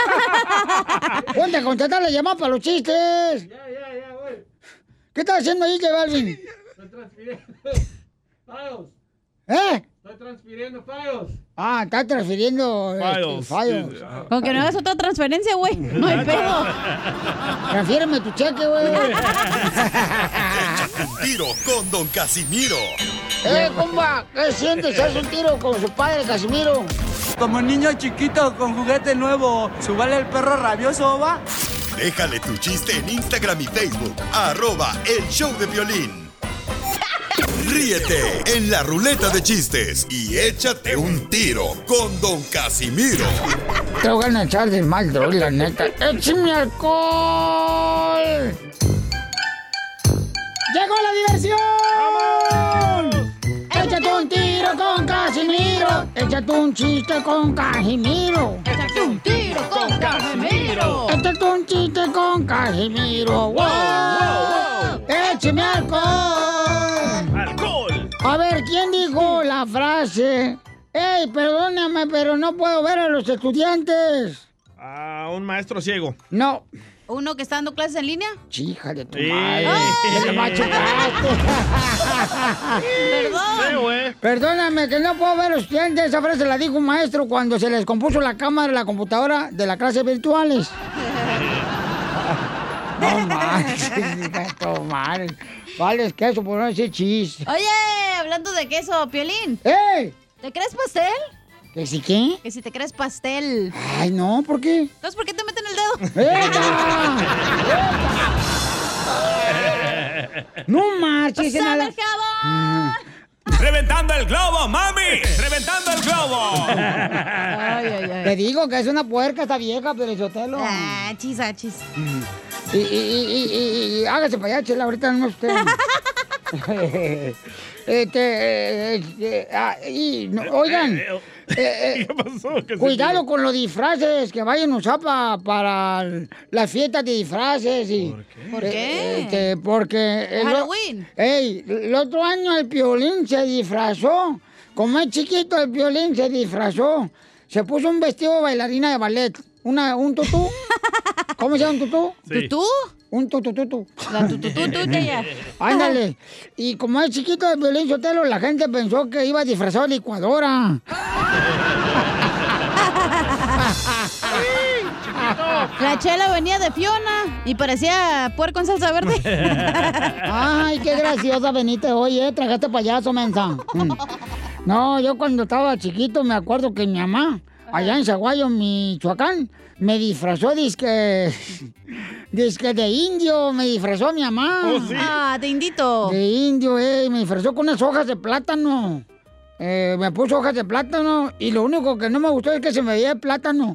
S5: Ponte a contestar la llamada para los chistes.
S12: Ya, güey.
S5: ¿Qué estás haciendo ahí, J Balvin?
S12: Estoy transfiriendo. Pagos.
S5: ¿Eh?
S8: Estoy transfiriendo fallos.
S5: Ah, está transfiriendo fallos.
S10: Con que no hagas otra transferencia, güey. No hay pedo.
S5: Transfiéreme tu cheque, güey.
S3: Échate un tiro con Don Casimiro.
S5: Compa, ¿qué sientes? ¿Haz un tiro con su padre, Casimiro?
S9: Como niño chiquito con juguete nuevo, ¿subale el perro rabioso, va?
S3: Déjale tu chiste en Instagram y Facebook. @El Show de Piolín. Ríete en la ruleta de chistes y échate un tiro con Don Casimiro.
S5: Te voy a echar de mal, droga, la neta. ¡Échame alcohol! ¡Llegó la diversión! ¡Vamos! Échate un tiro con Casimiro. Échate un chiste con Casimiro.
S10: Échate un tiro con Casimiro.
S5: Échate un chiste con Casimiro. ¡Wow! ¡Wow! ¡Échame alcohol!
S8: ¡Alcohol!
S5: A ver, ¿quién dijo la frase? ¡Ey, perdóname, pero no puedo ver a los estudiantes!
S8: Un maestro ciego.
S5: No.
S10: ¿Uno que está dando clases en línea?
S5: Hija de tu madre. ¡Me lo machucaste!
S10: Perdón.
S5: Perdóname, que no puedo ver a los estudiantes. Esa frase la dijo un maestro cuando se les compuso la cámara y la computadora de las clases virtuales. No manches, tomar. Vale, es queso por no decir chiste.
S10: Oye, hablando de queso, Piolín.
S5: ¡Ey!
S10: ¿Te crees pastel?
S5: ¿Que si qué?
S10: Que si te crees pastel.
S5: Ay, no, ¿por qué?
S10: Entonces, ¿por qué te meten el dedo?
S5: ¡No marches!
S10: ¡Pásame el jabón!
S17: ¡Reventando el globo, mami! ¡Reventando el globo!
S5: Te digo que es una puerca esta vieja, pero Sotelo.
S10: Ah, chis.
S5: Y hágase para allá, Chela, ahorita no usted. Oigan,
S8: ¿Qué pasó?
S5: cuidado con los disfraces que vayan a usar para las fiestas de disfraces.
S10: ¿Por qué?
S5: Porque...
S10: Halloween.
S5: El otro año el Piolín se disfrazó. Como es chiquito, el Piolín se disfrazó. Se puso un vestido de bailarina de ballet. Un tutú. ¿Cómo se llama un tutú?
S10: Sí. ¿Tutú?
S5: Un tutututú.
S10: La tutututú de ella.
S5: Ándale. Y como es chiquito el Piolín Sotelo, la gente pensó que iba disfrazado de licuadora.
S10: La Chela venía de Fiona y parecía puerco en salsa verde.
S5: Ay, qué graciosa veniste hoy, tragaste payaso, mensa. No, yo cuando estaba chiquito me acuerdo que mi mamá, allá en Zaguayo, Michoacán, me disfrazó disque de indio, me disfrazó mi mamá.
S10: ¿Oh, sí? Ah, de indito.
S5: De indio, me disfrazó con unas hojas de plátano. Me puso hojas de plátano y lo único que no me gustó es que se me veía el plátano.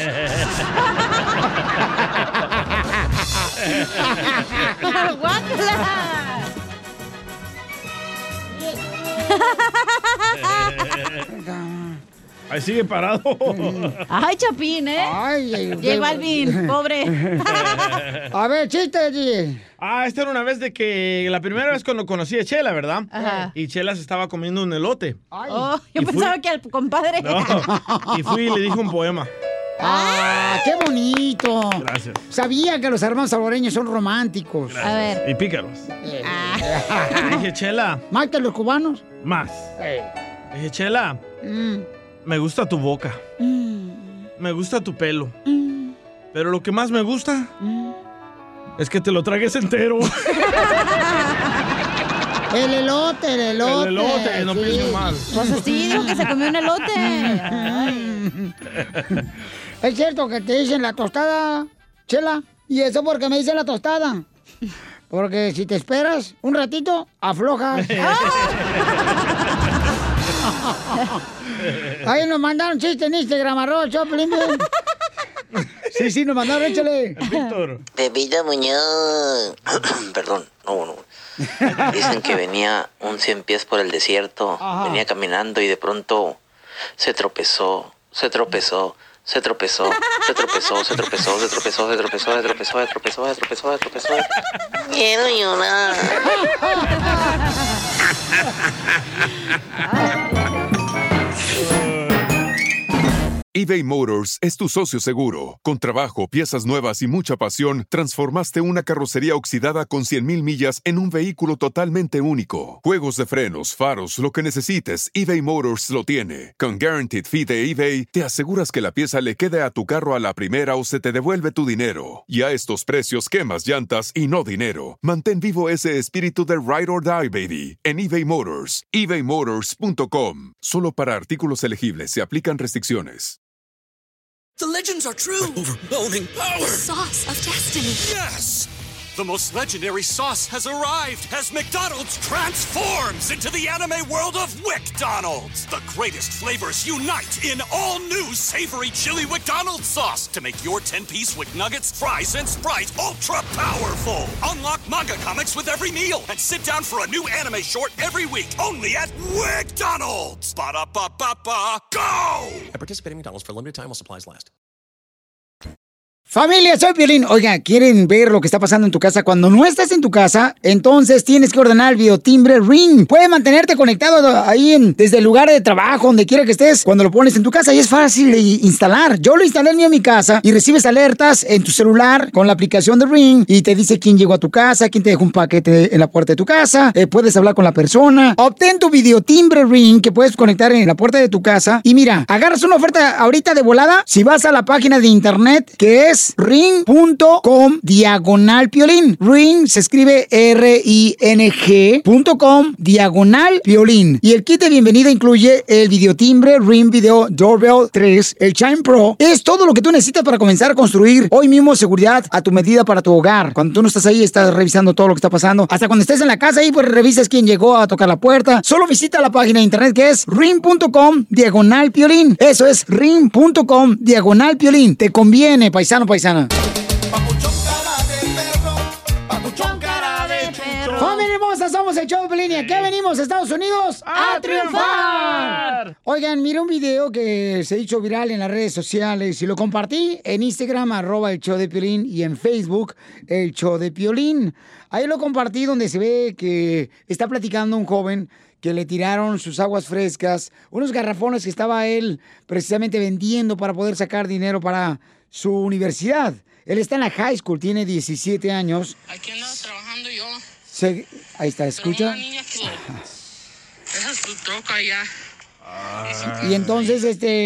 S8: Ahí sigue parado.
S10: Ay, Chapín,
S5: Ay,
S10: J Balvin, pobre.
S5: A ver, chiste, G.
S8: Esta era una vez de que la primera vez cuando conocí a Chela, ¿verdad?
S10: Ajá.
S8: Y Chela se estaba comiendo un elote.
S10: Oh, yo pensaba que al compadre.
S8: No, y fui y le dije un poema.
S5: ¡Ah, qué bonito!
S8: Gracias.
S5: Sabía que los hermanos salvadoreños son románticos.
S8: Gracias.
S10: A ver.
S8: Y pícaros. Le dije, Chela.
S5: ¿Más que los cubanos?
S8: Más. Le dije, Chela, me gusta tu boca. Me gusta tu pelo. Pero lo que más me gusta es que te lo tragues entero.
S5: El elote.
S8: El elote, no pienso mal.
S10: Pues sí, dijo que se comió un elote.
S5: Es cierto que te dicen la tostada, Chela. ¿Y eso por qué me dicen la tostada? Porque si te esperas un ratito, aflojas. Ahí nos mandaron chiste en Instagram, @Choplin. Sí, nos mandaron, échale.
S8: Víctor.
S18: Pepito Muñoz. Perdón, no. Dicen que venía un 100 pies por el desierto. Ajá. Venía caminando y de pronto se tropezó. Quiero llorar.
S2: eBay Motors es tu socio seguro. Con trabajo, piezas nuevas y mucha pasión, transformaste una carrocería oxidada con 100,000 millas en un vehículo totalmente único. Juegos de frenos, faros, lo que necesites, eBay Motors lo tiene. Con Guaranteed Fee de eBay, te aseguras que la pieza le quede a tu carro a la primera o se te devuelve tu dinero. Y a estos precios, quemas llantas y no dinero. Mantén vivo ese espíritu de Ride or Die, baby, en eBay Motors. ebaymotors.com. Solo para artículos elegibles se aplican restricciones.
S19: The legends are true. Overwhelming power! The sauce of destiny. Yes! The most legendary sauce has arrived as McDonald's transforms into the anime world of WickDonald's. The greatest flavors unite in all new savory chili McDonald's sauce to make your 10-piece Wick Nuggets, fries, and Sprite ultra-powerful. Unlock manga comics with every meal and sit down for a new anime short every week only at WickDonald's. Ba-da-ba-ba-ba, go!
S20: At participating McDonald's for a limited time while supplies last.
S5: Familia, soy Piolín. Oiga, ¿quieren ver lo que está pasando en tu casa? Cuando no estás en tu casa, entonces tienes que ordenar el videotimbre Ring. Puede mantenerte conectado ahí desde el lugar de trabajo, donde quiera que estés, cuando lo pones en tu casa. Y es fácil de instalar. Yo lo instalé en mi casa y recibes alertas en tu celular con la aplicación de Ring y te dice quién llegó a tu casa, quién te dejó un paquete en la puerta de tu casa. Puedes hablar con la persona. Obtén tu videotimbre Ring que puedes conectar en la puerta de tu casa. Y mira, agarras una oferta ahorita de volada si vas a la página de internet que es ring.com/Piolín. Ring se escribe ring.com/Piolín. Y el kit de bienvenida incluye el videotimbre Ring Video Doorbell 3, el Chime Pro. Es todo lo que tú necesitas para comenzar a construir hoy mismo seguridad a tu medida para tu hogar. Cuando tú no estás ahí, estás revisando todo lo que está pasando. Hasta cuando estés en la casa ahí, pues revisas quién llegó a tocar la puerta. Solo visita la página de internet que es ring.com/Piolín. Eso es ring.com/Piolín. Te conviene, paisano, paisana. ¡Familia hermosa! Somos el show de Piolín. ¿Y a qué venimos, Estados Unidos? ¡A triunfar! Oigan, miré un video que se hizo viral en las redes sociales y lo compartí en Instagram, @el show de Piolín, y en Facebook, el show de Piolín. Ahí lo compartí donde se ve que está platicando un joven que le tiraron sus aguas frescas, unos garrafones que estaba él precisamente vendiendo para poder sacar dinero para su universidad. Él está en la high school, tiene 17 años.
S21: Aquí andaba trabajando yo.
S5: Ahí está, ¿escucha?
S21: Una niña que esa es tu troca ya.
S5: Y entonces,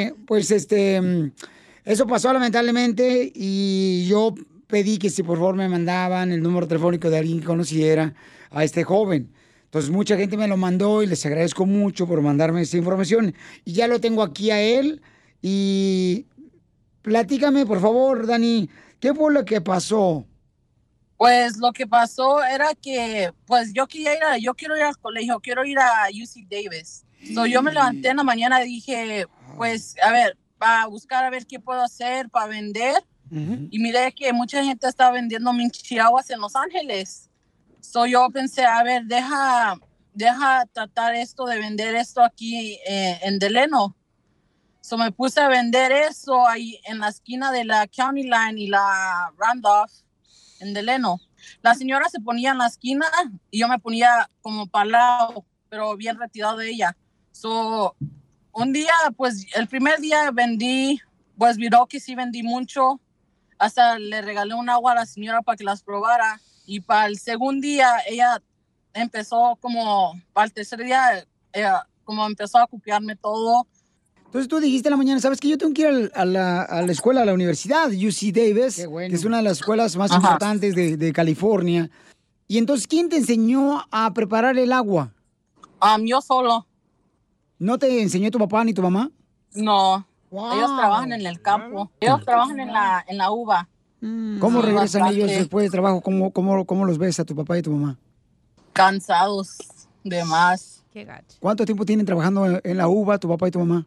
S5: eso pasó lamentablemente y yo pedí que si por favor me mandaban el número telefónico de alguien que conociera a este joven. Entonces mucha gente me lo mandó y les agradezco mucho por mandarme esta información. Y ya lo tengo aquí a él y... Platícame, por favor, Dani, ¿qué fue lo que pasó?
S21: Pues lo que pasó era que, pues yo quiero ir al colegio, quiero ir a UC Davis. So, yo me levanté en la mañana y dije, pues, a ver, para buscar a ver qué puedo hacer para vender. Y miré que mucha gente estaba vendiendo minchiaguas en Los Ángeles. So, yo pensé, a ver, deja tratar esto de vender esto aquí en Delano. So me puse a vender eso ahí en la esquina de la County Line y la Randolph en Delano. La señora se ponía en la esquina y yo me ponía como para el lado, pero bien retirado de ella. So, un día, pues el primer día vendí, pues miró que sí vendí mucho. Hasta le regalé un agua a la señora para que las probara. Y para el segundo día, ella empezó como, para el tercer día, como empezó a copiarme todo.
S5: Entonces tú dijiste en la mañana, ¿sabes qué? Yo tengo que ir a la escuela, a la universidad, UC Davis, bueno, que es una de las escuelas más importantes de California. Y entonces, ¿quién te enseñó a preparar el agua?
S21: Yo solo.
S5: ¿No te enseñó tu papá ni tu mamá?
S21: No. Wow. Ellos trabajan en el campo. Ellos trabajan en la uva.
S5: ¿Cómo regresan ellos después de trabajo? ¿Cómo los ves a tu papá y tu mamá?
S21: Cansados de más.
S10: Qué gacho.
S5: ¿Cuánto tiempo tienen trabajando en la uva tu papá y tu mamá?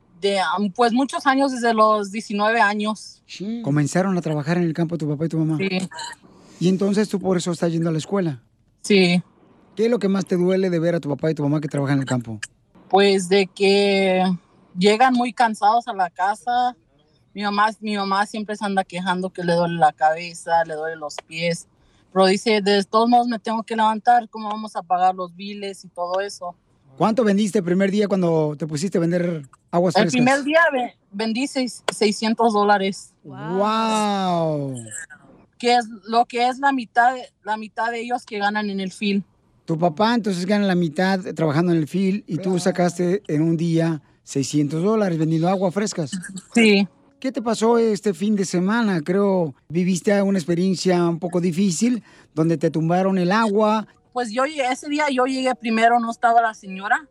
S21: Pues muchos años, desde los 19 años.
S5: Sí. ¿Comenzaron a trabajar en el campo tu papá y tu mamá?
S21: Sí.
S5: ¿Y entonces tú por eso estás yendo a la escuela?
S21: Sí.
S5: ¿Qué es lo que más te duele de ver a tu papá y tu mamá que trabajan en el campo?
S21: Pues de que llegan muy cansados a la casa. Mi mamá siempre se anda quejando que le duele la cabeza, le duele los pies. Pero dice, de todos modos me tengo que levantar, ¿cómo vamos a pagar los biles y todo eso?
S5: ¿Cuánto vendiste el primer día cuando te pusiste a vender aguas frescas?
S21: El primer día vendí $600.
S5: ¡Wow!
S21: Que es lo que es la mitad de ellos que ganan en el field.
S5: Tu papá entonces gana la mitad trabajando en el field y tú sacaste en un día $600 vendiendo aguas frescas.
S21: Sí.
S5: ¿Qué te pasó este fin de semana? Creo viviste una experiencia un poco difícil donde te tumbaron el agua.
S21: Pues ese día yo llegué primero, no estaba la señora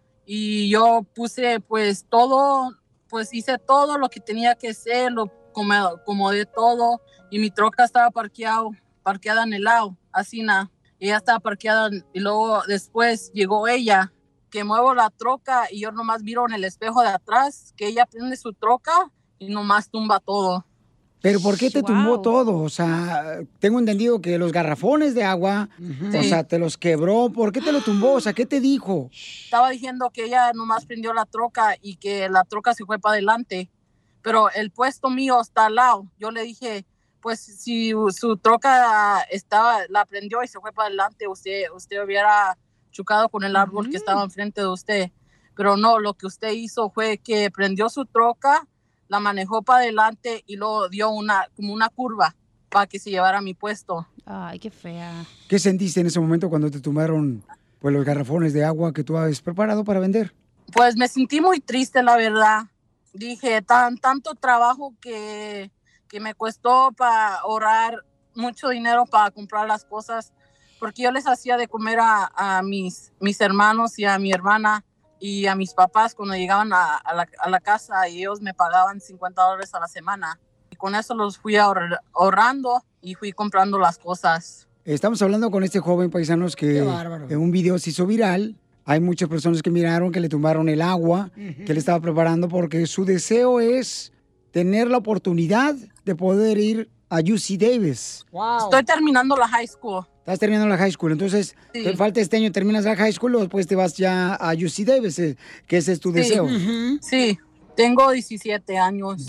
S21: y yo puse pues todo, pues hice todo lo que tenía que hacer, lo acomodé todo y mi troca estaba parqueada en el lado, así nada. Ella estaba parqueada y luego después llegó ella, que muevo la troca y yo nomás miro en el espejo de atrás que ella prende su troca y nomás tumba todo.
S5: ¿Pero por qué te tumbó todo? O sea, tengo entendido que los garrafones de agua, o sea, te los quebró. ¿Por qué te lo tumbó? O sea, ¿qué te dijo?
S21: Estaba diciendo que ella nomás prendió la troca y que la troca se fue para adelante. Pero el puesto mío está al lado. Yo le dije, pues si su troca la prendió y se fue para adelante, usted hubiera chocado con el árbol que estaba enfrente de usted. Pero no, lo que usted hizo fue que prendió su troca, la manejó para adelante y luego dio como una curva para que se llevara mi puesto.
S10: Ay, qué fea.
S5: ¿Qué sentiste en ese momento cuando te tumbaron pues, los garrafones de agua que tú habías preparado para vender?
S21: Pues me sentí muy triste, la verdad. Dije, tanto trabajo que me costó para ahorrar mucho dinero para comprar las cosas, porque yo les hacía de comer a mis hermanos y a mi hermana y a mis papás cuando llegaban a la casa y ellos me pagaban $50 a la semana. Y con eso los fui ahorrando y fui comprando las cosas.
S5: Estamos hablando con este joven paisanos que en un video se hizo viral. Hay muchas personas que miraron que le tumbaron el agua que le estaba preparando porque su deseo es tener la oportunidad de poder ir a UC Davis.
S21: Wow. Estoy terminando la high school.
S5: Estás terminando la high school, entonces te falta este año, terminas la high school, o después te vas ya a UC Davis, que ese es tu deseo.
S21: Sí, tengo 17 años.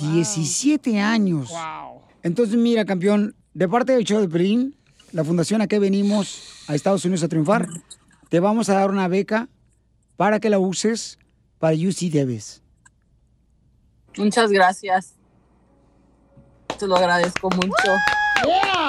S5: 17 años. Wow. Entonces, mira, campeón, de parte del show de Piolín, la fundación a que venimos a Estados Unidos a triunfar, te vamos a dar una beca para que la uses para UC Davis.
S21: Muchas gracias. Te lo agradezco mucho.
S5: Yeah.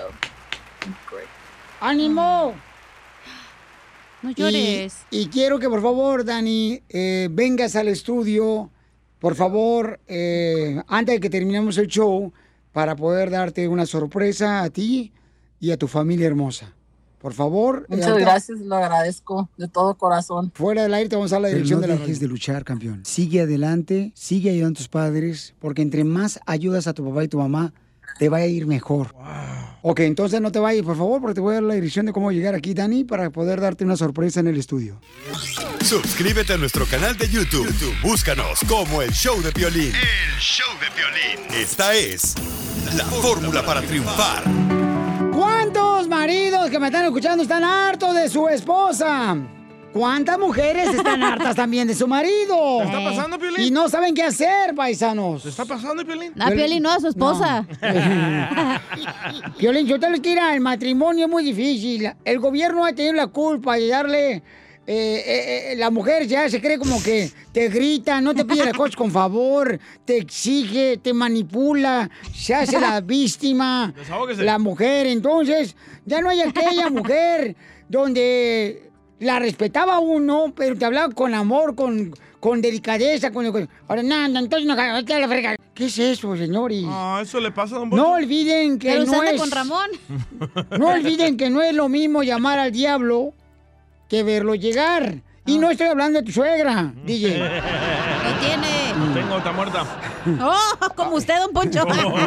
S5: ¡Ánimo!
S10: No llores.
S5: Y quiero que, por favor, Dani, vengas al estudio, por favor, antes de que terminemos el show, para poder darte una sorpresa a ti y a tu familia hermosa. Por favor.
S21: Muchas gracias, lo agradezco de todo corazón.
S5: Fuera del aire te vamos a dar la dirección de la radio. No dejes de luchar, campeón. Sigue adelante, sigue ayudando a tus padres, porque entre más ayudas a tu papá y tu mamá, te va a ir mejor. Wow. Ok, entonces no te vayas, por favor, porque te voy a dar la dirección de cómo llegar aquí, Dani, para poder darte una sorpresa en el estudio.
S3: Suscríbete a nuestro canal de YouTube. Búscanos como El Show de Piolín.
S4: El Show de Piolín.
S3: Esta es la fórmula para triunfar.
S5: ¿Cuántos maridos que me están escuchando están hartos de su esposa? ¿Cuántas mujeres están hartas también de su marido?
S8: ¿Qué está pasando, Piolín?
S5: Y no saben qué hacer, paisanos.
S8: ¿Qué está pasando, Piolín?
S10: A Piolín no, a su esposa.
S5: No. Piolín, yo te lo quiero, el matrimonio es muy difícil. El gobierno ha tenido la culpa de darle... la mujer ya se cree como que te grita, no te pide las cosas con favor, te exige, te manipula, se hace la víctima.
S8: Desahógese.
S5: La mujer. Entonces, ya no hay aquella mujer donde la respetaba uno, pero te hablaba con amor, con delicadeza. Ahora, nada, entonces no, vete a la frega. ¿Qué es eso, señores?
S8: Ah, eso le pasa a don Poncho.
S5: No olviden que
S10: pero
S5: no es...
S10: con Ramón.
S5: No olviden que no es lo mismo llamar al diablo que verlo llegar. Y no estoy hablando de tu suegra, DJ.
S10: ¿Qué tiene?
S8: Tengo, está muerta.
S10: Oh, como usted, don Poncho.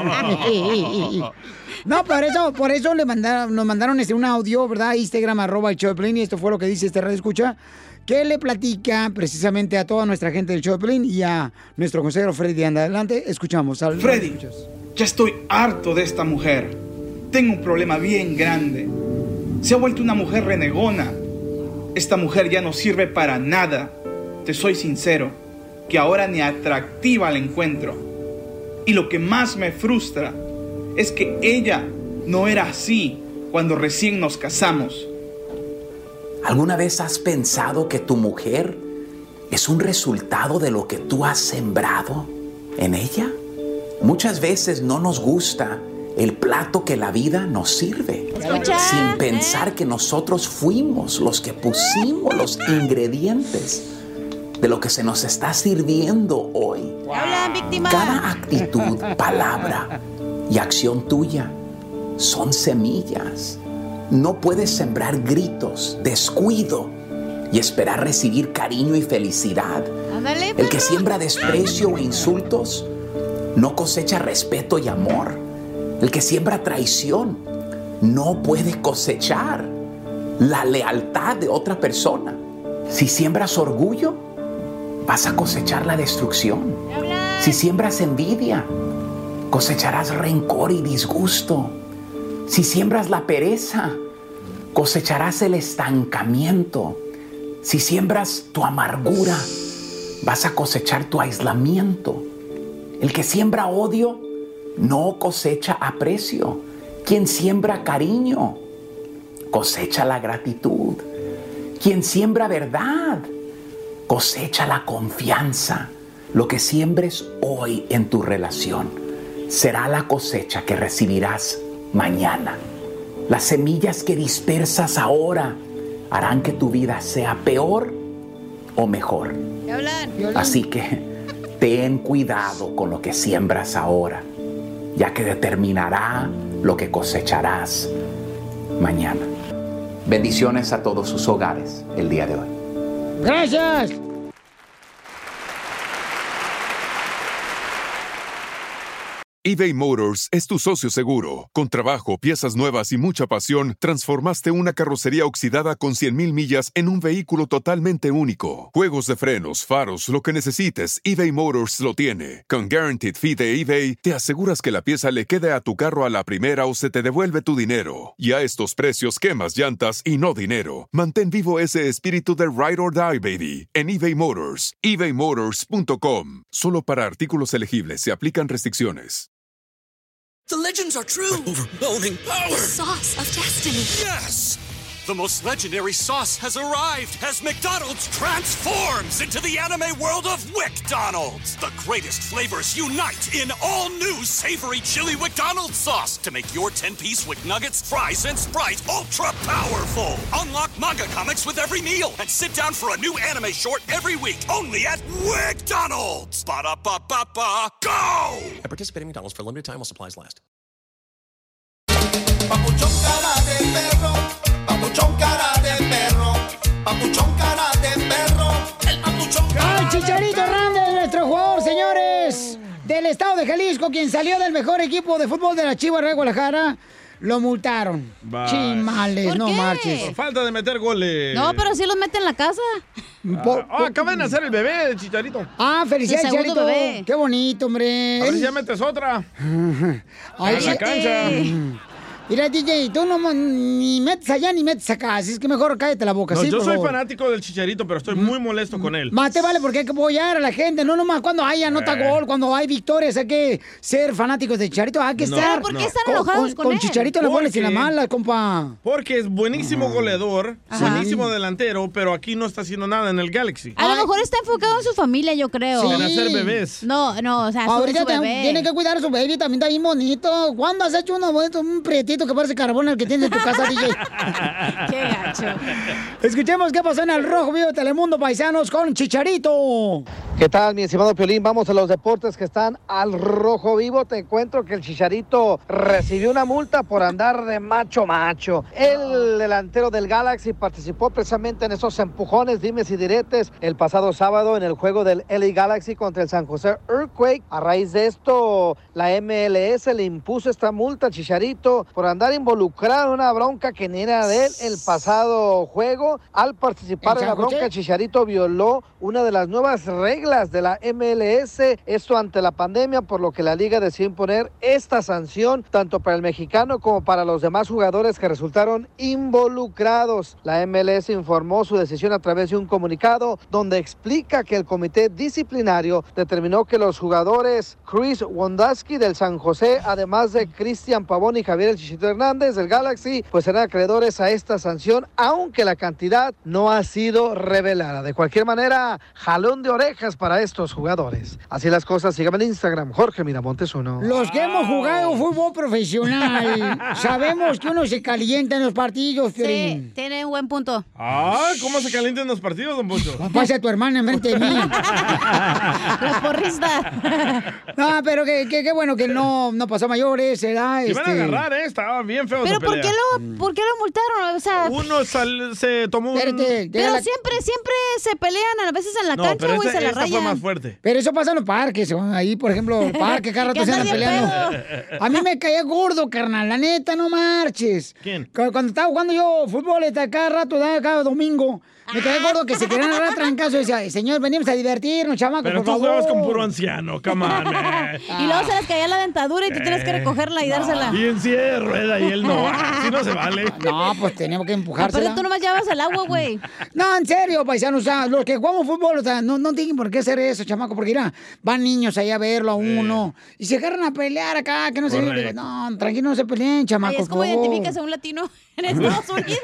S5: No, por eso nos mandaron un audio, ¿verdad? Instagram, @el-show-de-Piolín, y esto fue lo que dice este radio escucha, que le platica precisamente a toda nuestra gente del show de Piolín y a nuestro consejero Freddy. Anda adelante, escuchamos.
S1: Freddy, ya estoy harto de esta mujer. Tengo un problema bien grande. Se ha vuelto una mujer renegona. Esta mujer ya no sirve para nada. Te soy sincero, que ahora ni atractiva la encuentro. Y lo que más me frustra es que ella no era así cuando recién nos casamos.
S6: ¿Alguna vez has pensado que tu mujer es un resultado de lo que tú has sembrado en ella? Muchas veces no nos gusta el plato que la vida nos sirve, sin pensar que nosotros fuimos los que pusimos los ingredientes de lo que se nos está sirviendo hoy. Cada actitud, palabra y acción tuya son semillas. No puedes sembrar gritos, descuido y esperar recibir cariño y felicidad. El que siembra desprecio e insultos no cosecha respeto y amor. El que siembra traición no puede cosechar la lealtad de otra persona. Si siembras orgullo, vas a cosechar la destrucción. Si siembras envidia, cosecharás rencor y disgusto. Si siembras la pereza, cosecharás el estancamiento. Si siembras tu amargura, vas a cosechar tu aislamiento. El que siembra odio no cosecha aprecio. Quien siembra cariño cosecha la gratitud. Quien siembra verdad cosecha la confianza. Lo que siembres hoy en tu relación será la cosecha que recibirás mañana. Las semillas que dispersas ahora harán que tu vida sea peor o mejor. Así que ten cuidado con lo que siembras ahora, ya que determinará lo que cosecharás mañana. Bendiciones a todos sus hogares el día de hoy.
S5: ¡Gracias!
S2: eBay Motors es tu socio seguro. Con trabajo, piezas nuevas y mucha pasión, transformaste una carrocería oxidada con 100,000 millas en un vehículo totalmente único. Juegos de frenos, faros, lo que necesites, eBay Motors lo tiene. Con Guaranteed Fee de eBay, te aseguras que la pieza le quede a tu carro a la primera o se te devuelve tu dinero. Y a estos precios, quemas llantas y no dinero. Mantén vivo ese espíritu de Ride or Die, baby, en eBay Motors. ebaymotors.com. Solo para artículos elegibles se aplican restricciones.
S19: The legends are true. Overwhelming power!
S22: The sauce of destiny.
S19: Yes! The most legendary sauce has arrived as McDonald's transforms into the anime world of WickDonald's. The greatest flavors unite in all new savory chili McDonald's sauce to make your 10-piece Wick Nuggets, fries, and Sprite ultra-powerful. Unlock manga comics with every meal and sit down for a new anime short every week only at WickDonald's. Ba-da-ba-ba-ba, go!
S20: At participating McDonald's for a limited time while supplies last.
S4: Papuchón cara de perro, papuchón cara de perro, papuchón cara de perro, el papuchón cara.
S5: ¡Ay, Chicharito Hernández, nuestro jugador, señores! Del estado de Jalisco, quien salió del mejor equipo de fútbol de la Chivas de Guadalajara, lo multaron. Chimales,
S8: ¿Por
S5: no
S8: qué?
S5: marches.
S8: Por falta de meter goles.
S10: No, pero sí los mete en la casa.
S8: Acaban de hacer el bebé de Chicharito.
S5: Ah, felicidades,
S10: El segundo
S5: Chicharito.
S10: bebé.
S5: Qué bonito, hombre.
S8: A ver si ya metes otra.
S5: Ay,
S8: en la cancha.
S5: Mira, DJ, tú no ni metes allá ni metes acá, así es que mejor cállate la boca.
S8: No,
S5: ¿sí?
S8: yo
S5: por
S8: soy
S5: favor.
S8: fanático del Chicharito, pero estoy muy molesto con él.
S5: Más te vale porque hay que apoyar a la gente, no nomás cuando hay anota gol, cuando hay victorias, hay que ser fanáticos de Chicharito, hay que
S8: No,
S5: estar.
S8: ¿por qué están
S10: enojados con
S5: con
S10: él?
S5: Chicharito en las buenas y en las
S8: Porque-
S5: malas, compa.
S8: Porque es buenísimo goleador,
S10: Ajá.
S8: buenísimo delantero, pero aquí no está haciendo nada en el Galaxy.
S10: A lo mejor está enfocado en su familia, yo creo.
S8: En hacer bebés.
S10: No, o sea,
S5: Ahorita
S10: su bebé.
S5: tiene que cuidar a su baby, también está bien bonito. ¿Cuándo has hecho un prietito que parece carbón el que tienes en tu casa, DJ?
S10: Qué gacho.
S5: Escuchemos qué pasó en el Rojo Vivo de Telemundo, paisanos, con Chicharito.
S7: ¿Qué tal, mi estimado Piolín? Vamos a los deportes que están al rojo vivo. Te encuentro que el Chicharito recibió una multa por andar de macho. El delantero del Galaxy participó precisamente en esos empujones, dimes y diretes, el pasado sábado en el juego del LA Galaxy contra el San José Earthquake. A raíz de esto, la MLS le impuso esta multa al Chicharito por andar involucrado en una bronca que ni era de él el pasado juego. Al participar en la bronca, el Chicharito violó una de las nuevas reglas de la MLS, esto ante la pandemia, por lo que la liga decidió imponer esta sanción tanto para el mexicano como para los demás jugadores que resultaron involucrados. La MLS informó su decisión a través de un comunicado donde explica que el comité disciplinario determinó que los jugadores Chris Wondowski del San José, además de Cristian Pavón y Javier El Chuchito Hernández del Galaxy, pues serán acreedores a esta sanción, aunque la cantidad no ha sido revelada. De cualquier manera, jalón de orejas para estos jugadores. Así las cosas, síganme en Instagram, Jorge Miramontes 1.
S5: Los que hemos jugado fútbol profesional, sabemos que uno se calienta en los partidos, Piolín.
S10: Sí, tiene un buen punto.
S8: Ah, ¿cómo se calientan los partidos, don Poncho?
S5: Pasa a tu hermana enfrente de mí.
S10: La porrista.
S5: No, pero qué bueno que no pasó a mayores, ¿verdad?
S8: Se van a agarrar, estaba bien feo.
S10: Pero
S8: esa
S10: ¿por
S8: pelea.
S10: qué lo multaron? O sea,
S8: Uno se tomó un...
S10: Pero siempre se pelean a veces en la cancha, güey, se la rayan.
S8: Fue más fuerte.
S5: Pero eso pasa en los parques, ahí, por ejemplo, el parque, cada rato se andan peleando. A mí me caía gordo, carnal, la neta, no marches.
S8: ¿Quién?
S5: Cuando estaba jugando yo fútbol, cada rato, cada domingo, me caía gordo que se querían agarrar trancazo y decía, señor, venimos a divertirnos, chamaco,
S8: Pero
S5: por
S8: tú
S5: favor.
S8: jugabas con puro anciano, come on, man.
S10: Y luego se les caía la dentadura y tú tienes que recogerla y dársela.
S8: Y en silla de rueda y él no. Así no se vale.
S5: No, pues teníamos que empujársela.
S10: Pero tú nomás llevas el agua, güey.
S5: No, en serio, paisanos, o sea, los que jugamos fútbol, o sea, no tienen por qué hacer eso, chamaco, porque mira, van niños ahí a verlo a uno y se agarran a pelear acá, que no se digo, no, tranquilo, no se peleen, chamaco.
S10: Ay, es como identificas a un latino en Estados Unidos.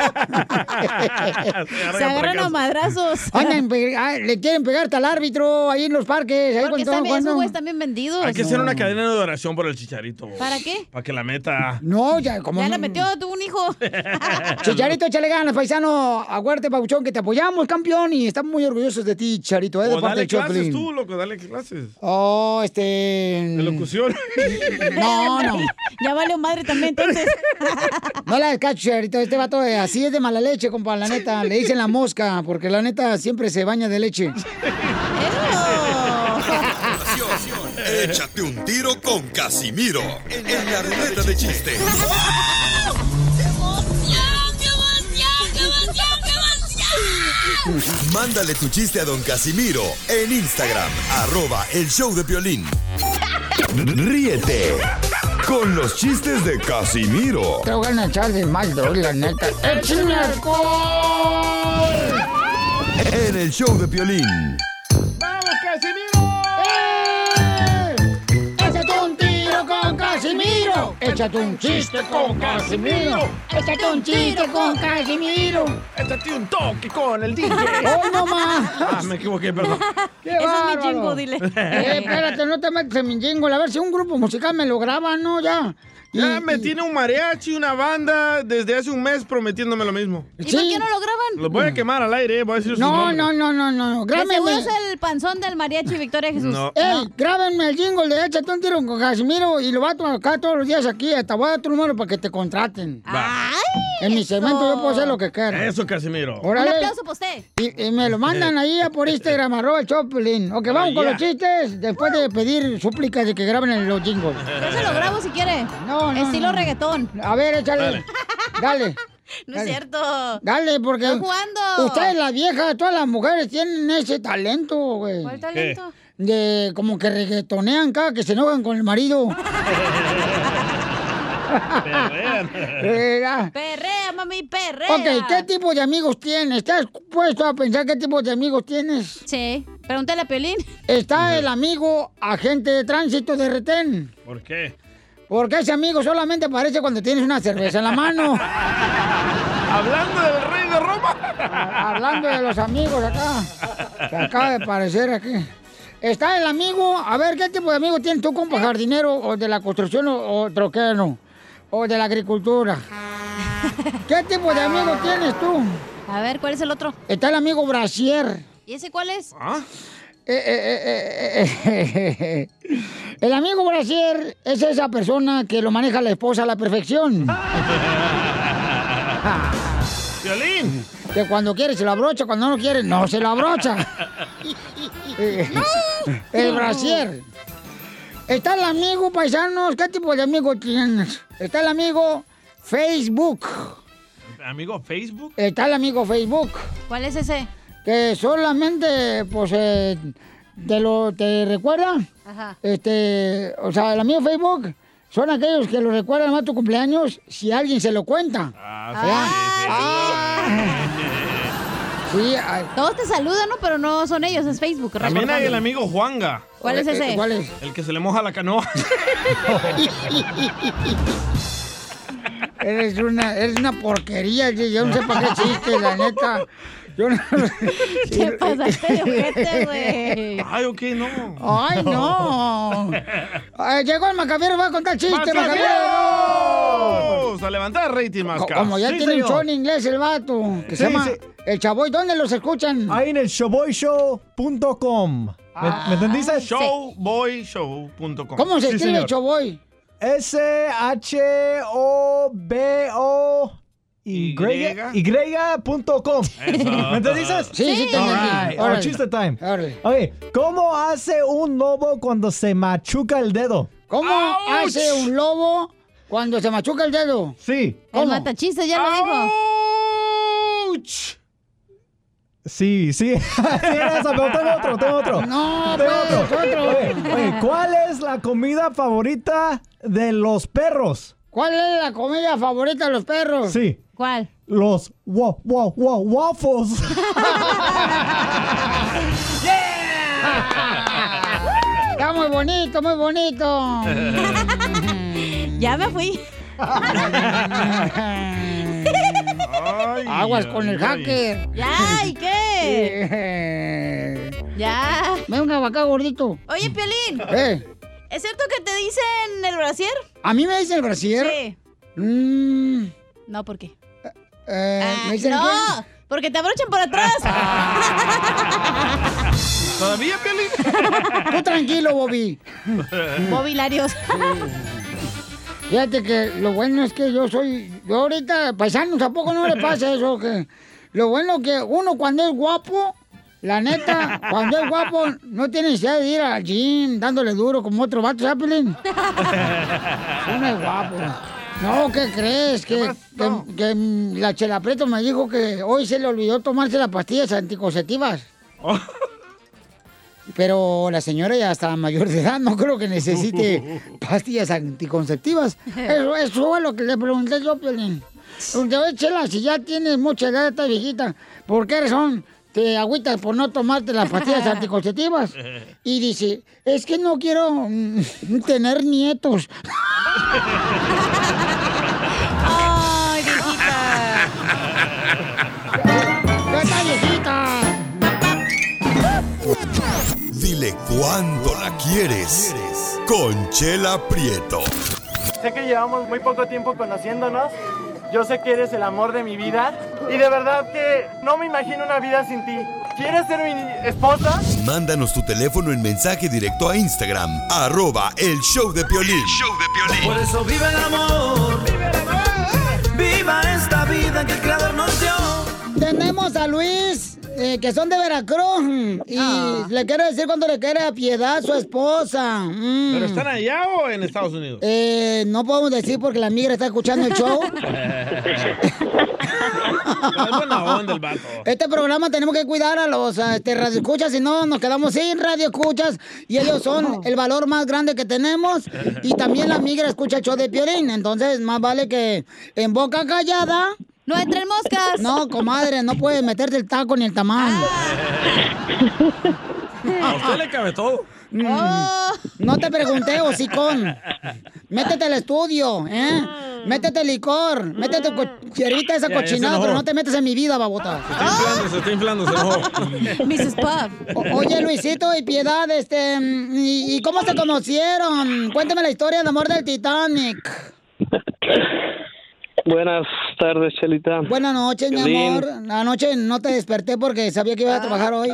S10: Se agarran a madrazos.
S5: Andan, le quieren pegar hasta al árbitro ahí en los parques. Ahí
S10: Porque esos güeyes están bien vendidos.
S8: Hay que hacer una cadena de oración por el Chicharito.
S10: ¿Para qué?
S8: Para que la meta.
S5: No, ya, como.
S10: Ya la metió, tuvo un hijo.
S5: Chicharito, échale ganas, paisano. Acuérdate, Pabuchón, que te apoyamos, campeón. Y estamos muy orgullosos de ti, Chicharito, de parte
S8: dale
S5: de
S8: clases
S5: Choplin.
S8: tú, loco, dale clases.
S5: Oh,
S8: De locución.
S5: No.
S10: Ya valió madre también, entonces.
S5: No la descacho, Chicharito. Este vato así es de mala leche, compa, la neta. Le dicen la mosca, porque la neta siempre se baña de leche.
S3: Échate un tiro con Casimiro en la ruleta de chistes. Mándale tu chiste a don Casimiro en Instagram, @elshowdepiolín. Ríete con los chistes de Casimiro
S5: Te voy a echar de mal, bro, la neta. ¡Échame alcohol!
S3: en el show de Piolín.
S5: ¡Vamos, Casimiro! ¡Échate un tiro con Casimiro! ¡Échate un chiste con Casimiro! ¡Échate un chiste con Casimiro!
S8: Échate un toque con el DJ.
S5: ¡Oh, no más!
S8: Ah, me equivoqué, perdón.
S5: ¡Qué
S10: Ese es mi
S5: bárbaro!
S10: jingle, dile.
S5: Espérate, no te metas en mi jingle. A ver si un grupo musical me lo graba, ¿no? Ya.
S8: Ya me tiene un mariachi, una banda, desde hace un mes prometiéndome lo mismo.
S10: ¿Y por qué no lo graban?
S8: Los voy a quemar al aire, voy a decir sus
S5: No.
S10: De
S5: Grábenme.
S10: seguro es el panzón del mariachi Victoria Jesús.
S8: No.
S5: ¡Ey! Grábenme el jingle de Échate un tiro con Casimiro y lo va a tocar todos los días aquí. Hasta voy a dar tu número para que te contraten.
S8: Va.
S5: En mi segmento yo puedo hacer lo que quiera.
S8: Eso, Casimiro.
S10: Un
S5: Órale.
S10: aplauso para usted.
S5: Y me lo mandan ahí por Instagram, @Choplin. Ok, vamos con los chistes. Después de pedir súplicas de que graben los jingles.
S10: Yo se lo grabo si quiere.
S5: No.
S10: Estilo reggaetón.
S5: A ver, échale. Dale.
S10: No es cierto.
S5: Dale, porque
S10: Estoy jugando.
S5: ustedes, las viejas, todas las mujeres tienen ese talento, güey.
S10: ¿Cuál talento?
S5: De como que reggaetonean cada que se enojan con el marido.
S10: Perrea, mami, perrea.
S5: Ok, ¿qué tipo de amigos tienes? ¿Estás puesto a pensar qué tipo de amigos tienes?
S10: Sí, pregúntale a Piolín.
S5: Está el amigo agente de tránsito de retén.
S8: ¿Por qué?
S5: Porque ese amigo solamente aparece cuando tienes una cerveza en la mano.
S8: Hablando del rey de Roma.
S5: Hablando de los amigos acá. Que acaba de aparecer aquí. Está el amigo, a ver, ¿qué tipo de amigo tienes tú, compa? ¿Jardinero o de la construcción o troquero? ¿O de la agricultura? ¿Qué tipo de amigo tienes tú?
S10: A ver, ¿cuál es el otro?
S5: Está el amigo Brasier.
S10: ¿Y ese cuál es?
S5: El amigo Brasier es esa persona que lo maneja la esposa a la perfección.
S8: Violín.
S5: Que cuando quiere se lo abrocha, cuando no quiere no se lo abrocha. El Brasier. Está el amigo, paisanos. ¿Qué tipo de amigo tienes? Está el amigo Facebook.
S8: ¿Amigo Facebook?
S5: Está el amigo Facebook.
S10: ¿Cuál es ese?
S5: Que solamente, pues, ¿te recuerda?
S10: Ajá.
S5: O sea, el amigo Facebook son aquellos que lo recuerdan más tu cumpleaños si alguien se lo cuenta. Sí.
S10: Todos te saludan, ¿no? Pero no son ellos, es Facebook.
S8: También hay el amigo Juanga.
S10: ¿Cuál es ese?
S5: ¿Cuál es?
S8: El que se le moja la canoa.
S5: Eres una porquería, yo no sé para qué chiste, la neta. Yo no...
S10: ¿Qué pasaste de ojete, güey?
S8: Ay, ok, no.
S5: Ay, no. Llegó el Macafiero, va a contar chiste, Macafiero.
S8: A levantar rating, Masca.
S5: Como ya
S11: Sí,
S5: tiene un
S11: señor.
S5: show en inglés el vato, que se
S11: Sí,
S5: llama
S11: sí.
S5: El Chavoy. ¿Dónde los escuchan?
S11: Ahí en el showboyshow.com. ¿Me entendiste?
S8: Showboyshow.com.
S5: ¿Cómo se
S11: Sí,
S5: escribe
S11: señor.
S5: Chavoy?
S11: SHOBOY.com. ¿Me entendiste?
S5: Sí, sí, te entendí.
S11: Alright,
S5: Órale.
S11: chiste time.
S5: Órale.
S11: Ok, ¿cómo hace un lobo cuando se machuca el dedo?
S5: ¿Cómo hace un lobo cuando se machuca el dedo?
S11: Sí.
S10: El matachiste ya lo dijo.
S11: Sí. Sí, eso, pero tengo otro.
S5: No,
S11: Tengo
S5: pues, otro.
S11: Oye, ¿cuál es la comida favorita de los perros?
S5: ¿Cuál es la comida favorita de los perros?
S11: Sí.
S10: ¿Cuál?
S11: Los waffles.
S5: Está muy bonito, muy bonito.
S10: Ya me fui.
S5: Aguas con el hacker.
S10: Ya, ¿y qué? Ya.
S5: Venga, acá, gordito.
S10: Oye, Piolín. ¿Es cierto que te dicen el brasier?
S5: ¿A mí me dicen el brasier?
S10: Sí. No, ¿por qué?
S5: ¿Me dicen
S10: no,
S5: qué?
S10: porque te abrochan por atrás.
S8: ¿Todavía, Piolín?
S5: Tú tranquilo, Bobby.
S10: Bobilarios.
S5: Fíjate que lo bueno es que yo ahorita, paisanos, ¿a poco no le pasa eso? Que lo bueno que uno cuando es guapo, la neta, cuando es guapo, no tiene necesidad de ir al gym dándole duro como otro vato, ¿sabes, Pelín? Uno es guapo. No, ¿qué crees? Que la Chela Prieto me dijo que hoy se le olvidó tomarse las pastillas anticonceptivas. Pero la señora ya está mayor de edad, no creo que necesite pastillas anticonceptivas. Eso fue lo que le pregunté yo, Piolín. Pregunté, oye, Chela, si ya tienes mucha edad, esta viejita, ¿por qué razón te agüitas por no tomarte las pastillas anticonceptivas? Y dice, es que no quiero tener nietos.
S10: ¡Ay, viejita!
S5: ¿Qué tal, viejita?
S3: Dile cuándo la quieres. Conchela Prieto.
S12: Sé que llevamos muy poco tiempo conociéndonos. Yo sé que eres el amor de mi vida. Y de verdad que no me imagino una vida sin ti. ¿Quieres ser mi esposa?
S3: Mándanos tu teléfono en mensaje directo a Instagram, @elshowdepiolín.
S4: Por eso vive el amor. Viva esta vida que el Creador nos dio.
S5: Tenemos a Luis, que son de Veracruz, y le quiero decir cuando le quiere a Piedad, su esposa.
S8: ¿Pero están allá o en Estados Unidos?
S5: No podemos decir porque la migra está escuchando el show.
S8: Es buena onda el vato.
S5: Este programa tenemos que cuidar a los radioescuchas, si no nos quedamos sin radioescuchas, y ellos son el valor más grande que tenemos, y también la migra escucha el show de Piolín, entonces más vale que en boca callada
S10: no entren moscas.
S5: No, comadre, no puedes meterte el taco ni el tamal.
S8: A usted le cabe todo.
S5: No te pregunté, hocicón. Métete al estudio, ¿eh? Métete licor. Métete cucharita esa
S8: Ya se
S5: cochinada,
S8: enojó.
S5: pero no te metes en mi vida, babota.
S8: Se está inflando, se enojó.
S10: Mrs. Puff.
S5: Oye, Luisito y Piedad, ¿y cómo se conocieron? Cuéntame la historia de amor del Titanic.
S13: Buenas tardes, Chelita.
S5: Buenas noches, mi
S13: Piolín.
S5: amor. Anoche no te desperté porque sabía que ibas a trabajar hoy.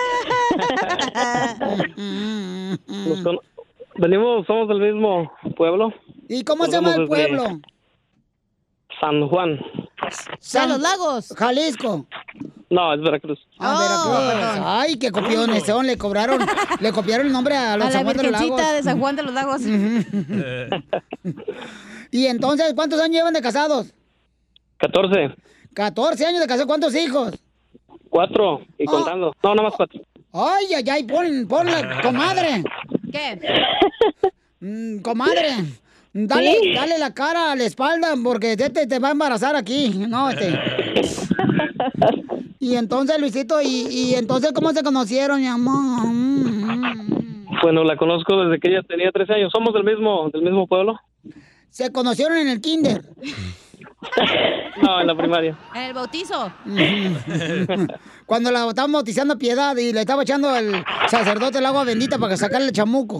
S13: Somos del mismo pueblo.
S5: ¿Y cómo se llama el
S13: Somos desde
S5: pueblo?
S13: San Juan.
S5: San los Lagos. Jalisco.
S13: No, es Veracruz.
S5: Veracruz. Ay, qué copiones son. Le copiaron el nombre a los
S10: A la
S5: San Juan de los Lagos.
S10: Virgencita de San Juan de los Lagos.
S5: Y entonces, ¿cuántos años llevan de casados?
S13: 14.
S5: 14 años de casados. ¿Cuántos hijos?
S13: 4 y contando. No, nada más 4.
S5: Ay, ay, ay, ponla, comadre.
S10: ¿Qué?
S5: Comadre, dale,
S10: ¿Sí?
S5: dale la cara a la espalda porque te va a embarazar aquí. No, Y entonces, Luisito, y entonces, ¿cómo se conocieron, mi amor?
S13: Bueno, la conozco desde que ella tenía 13 años. Somos del mismo pueblo.
S5: Se conocieron en el kinder.
S13: No, en la primaria.
S10: En el bautizo.
S5: Cuando la estaban bautizando a Piedad y le estaba echando el sacerdote el agua bendita para sacarle el chamuco.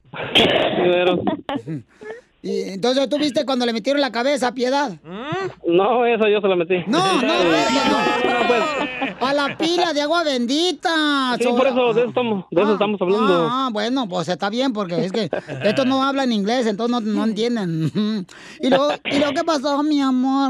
S5: Y entonces, ¿tú viste cuando le metieron la cabeza a Piedad?
S13: No, eso yo se lo metí.
S5: No,
S13: pues.
S5: A la pila de agua bendita.
S13: Sí, por eso, de eso estamos hablando.
S5: Bueno, pues está bien, porque es que estos no hablan inglés, entonces no entienden. ¿Y luego qué pasó, mi amor?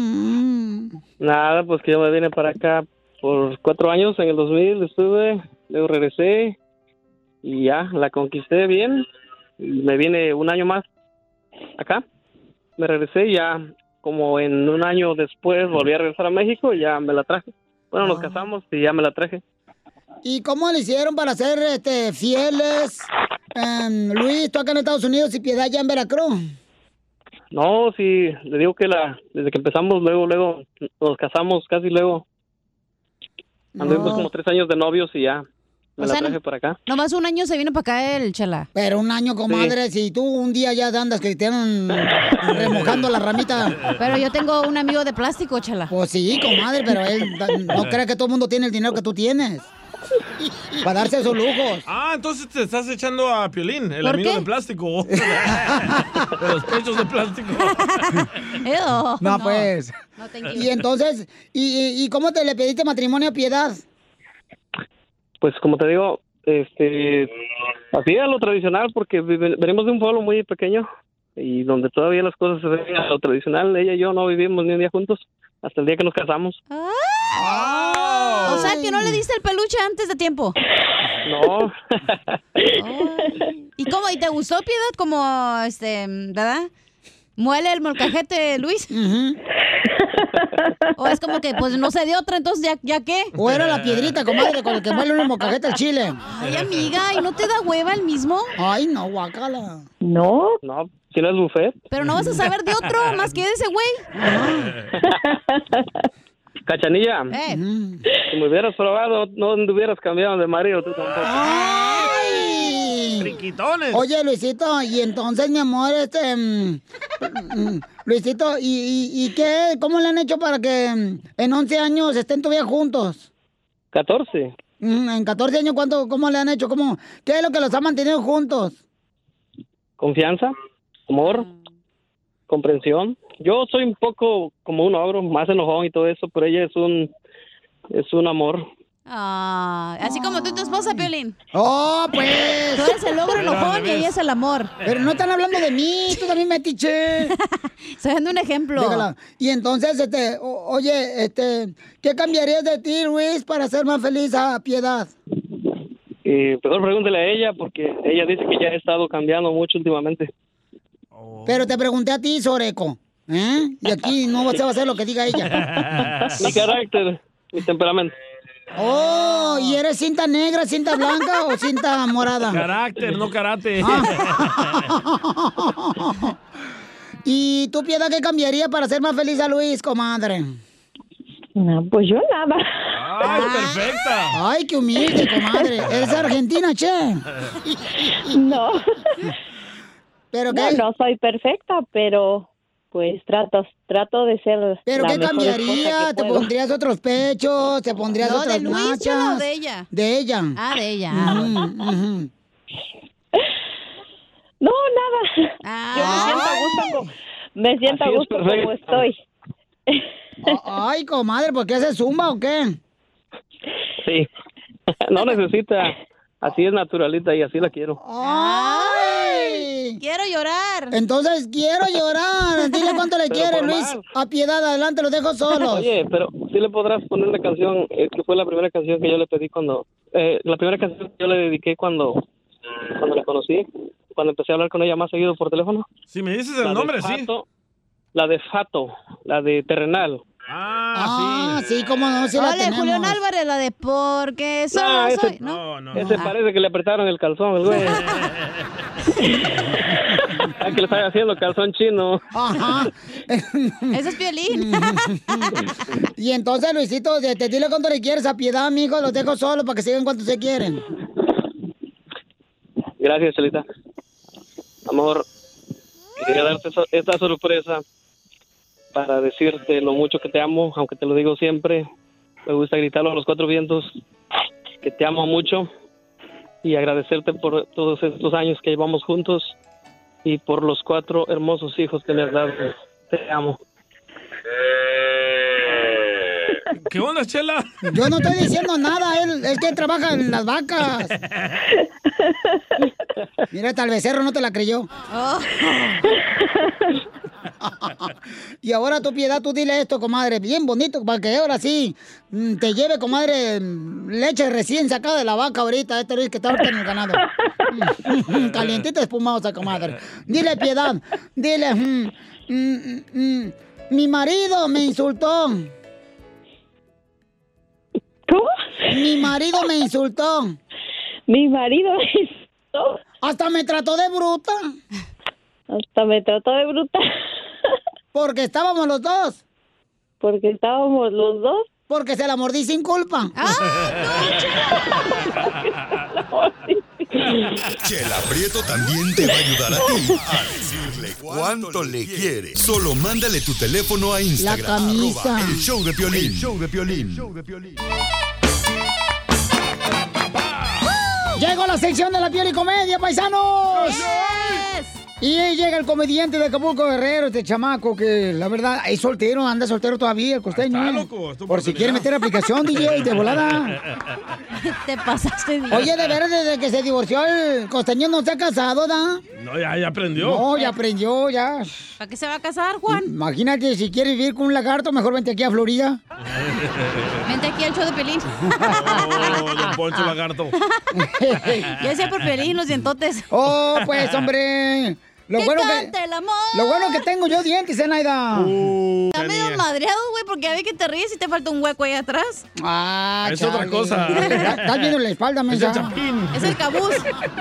S13: Nada, pues que yo me vine para acá por 4 años, en el 2000 estuve, luego regresé y ya, la conquisté bien. Y me vine un año más acá, me regresé y ya como en un año después volví a regresar a México y ya me la traje. Bueno, nos casamos y ya me la traje.
S5: ¿Y cómo le hicieron para ser fieles, Luis, tú acá en Estados Unidos y Piedad ya en Veracruz?
S13: No, sí, le digo que desde que empezamos, luego nos casamos casi luego. Anduvimos como 3 años de novios y ya me la traje para acá.
S10: Nomás un año se vino para acá el Chela.
S5: Pero un año, comadre, si tú un día ya andas que te andan remojando la ramita.
S10: Pero yo tengo un amigo de plástico, Chela.
S5: Pues sí, comadre, pero él no cree que todo el mundo tiene el dinero que tú tienes. Para darse esos lujos.
S8: Ah, entonces te estás echando a Piolín, el
S5: ¿Por
S8: amigo
S5: qué?
S8: de plástico. De los pechos de plástico.
S5: No, pues.
S10: No, thank you.
S5: Y entonces, ¿y cómo te le pediste matrimonio a Piedad?
S13: Pues como te digo, así era lo tradicional porque venimos de un pueblo muy pequeño y donde todavía las cosas se ven a lo tradicional. Ella y yo no vivimos ni un día juntos hasta el día que nos casamos.
S10: O sea, que no le diste el peluche antes de tiempo.
S13: No.
S10: ¿Y cómo? ¿Y te gustó, Piedad? Como, ¿verdad? ¿Muele el molcajete, Luis? O es como que, pues, no se dio otra, entonces, ¿ya qué?
S5: O era la piedrita, comadre, con el que muele una molcajete al chile.
S10: Ay, amiga, ¿y no te da hueva el mismo?
S5: Ay, no, guácala.
S13: No, si no es buffet.
S10: Pero no vas a saber de otro más que de ese güey.
S13: Cachanilla, si me hubieras probado, no hubieras cambiado de marido tú tampoco.
S5: ¡Ay!
S8: Friquitones.
S5: Oye, Luisito, y entonces, mi amor, Luisito, ¿y qué? ¿Cómo le han hecho para que en 11 años estén todavía juntos?
S13: 14.
S5: En 14 años, ¿cómo le han hecho? ¿Qué es lo que los ha mantenido juntos?
S13: Confianza, amor, comprensión. Yo soy un poco como un ogro, más enojón y todo eso, pero ella es un amor.
S10: Ah, así como tú y tu esposa, Piolín.
S5: ¡Oh, pues!
S10: Tú eres el ogro enojón y ella es el amor.
S5: Pero no están hablando de mí, tú también metiche.
S10: Estoy dando un ejemplo.
S5: Dígala. Y entonces, oye, ¿qué cambiarías de ti, Luis, para ser más feliz a Piedad?
S13: Mejor pregúntele a ella, porque ella dice que ya ha estado cambiando mucho últimamente.
S5: Pero te pregunté a ti, Soreco. Y aquí no se va a hacer lo que diga ella.
S13: Mi carácter, mi temperamento.
S5: Oh, ¿y eres cinta negra, cinta blanca o cinta morada?
S8: Carácter, no karate.
S5: ¿Y tú, Piedad, qué cambiaría para ser más feliz a Luis, comadre?
S14: No, pues yo nada.
S8: ¡Ay, perfecta!
S5: Ay, qué humilde, comadre. ¿Eres argentina, che?
S14: No.
S5: ¿Pero qué?
S14: No soy perfecta, pero pues trato de ser.
S5: ¿Pero
S14: la
S5: qué
S14: mejor
S5: cambiaría?
S14: esposa que
S5: ¿Te
S14: puedo.
S5: pondrías otros pechos? ¿Te pondrías
S10: No,
S5: otras
S10: ¿de Luis,
S5: nachas?
S10: Chela, o de ella?
S5: De ella.
S10: Ah, de ella.
S14: No, nada. Yo me siento a gusto como estoy.
S5: Ay, comadre, ¿por qué haces zumba o qué?
S13: Sí, no necesita. Así es naturalita y así la quiero.
S5: ¡Ay!
S10: Quiero llorar.
S5: Entonces, quiero llorar. Dile cuánto le
S13: Pero
S5: quieres,
S13: por
S5: Luis.
S13: mal.
S5: A Piedad, adelante, los dejo solos.
S13: Oye, pero sí le podrás poner la canción, que fue la primera canción que yo le pedí la primera canción que yo le dediqué cuando la conocí, cuando empecé a hablar con ella más seguido por teléfono.
S8: Si me dices el nombre, sí.
S13: La de Fato, la de Terrenal.
S5: Sí, cómo no, sí la
S10: Hola,
S5: tenemos.
S10: Julián Álvarez, la de porque solo
S13: No, ese-
S10: soy, ¿no?
S13: Ese parece que le apretaron el calzón, el güey. Hay que le está haciendo calzón chino.
S5: Ajá.
S10: Ese es Piolín.
S5: Y entonces, Luisito, dile cuánto le quieres a Piedad, mijo. Los dejo solos para que sigan cuánto se quieren.
S13: Gracias, Chelita. Amor, quería darte esta sorpresa. para decirte lo mucho que te amo, aunque te lo digo siempre. Me gusta gritarlo a los 4 vientos, que te amo mucho, y agradecerte por todos estos años que llevamos juntos y por los 4 hermosos hijos que me has dado. Te amo.
S8: ¿Qué onda, Chela?
S5: Yo no estoy diciendo nada, él es que trabaja en las vacas. Mira, hasta el becerro no te la creyó. Oh. Y ahora tu Piedad, tú dile esto, comadre, bien bonito, para que ahora sí te lleve, comadre, leche recién sacada de la vaca ahorita, que está ahorita en el ganado. Calientita, espumosa, comadre. Dile, Piedad, dile, mi marido me insultó.
S14: ¿Cómo?
S5: Mi marido me insultó.
S14: Mi marido me insultó.
S5: Hasta me trató de bruta.
S14: Hasta me trató de bruta.
S5: Porque estábamos los dos.
S14: Porque estábamos los dos.
S5: Porque se la mordí sin culpa.
S3: Chela Prieto también te va a ayudar a ti a decirle cuánto le quiere. Solo mándale tu teléfono a Instagram.
S5: La camisa.
S3: @El Show de Piolín. El Show de Piolín.
S5: Llegó la sección de la Piel y Comedia, paisanos. Yes. Y ahí llega el comediante de Acapulco, Guerrero, este chamaco que la verdad es soltero, anda soltero todavía, el costeño.
S8: Está loco.
S5: Por si quiere meter aplicación, DJ, de volada.
S10: Te pasaste, DJ.
S5: Oye, de veras, desde que se divorció el costeño no se ha casado, ¿da?
S8: No, ya aprendió.
S5: No, ya aprendió, ya.
S10: ¿Para qué se va a casar, Juan?
S5: Imagínate, si quiere vivir con un lagarto, mejor vente aquí a Florida.
S10: Vente aquí al show de Pelín.
S8: Oh, don Poncho Lagarto.
S10: Yo decía por Pelín, los dientotes.
S5: Oh, pues, hombre. Lo bueno que tengo yo dientes, Naida.
S10: Está medio madreado, güey, porque ya vi que te ríes y te falta un hueco ahí atrás.
S5: Ah,
S8: es otra cosa.
S5: Estás viendo la espalda, mensa.
S8: Es el chapín.
S10: Es el cabuz.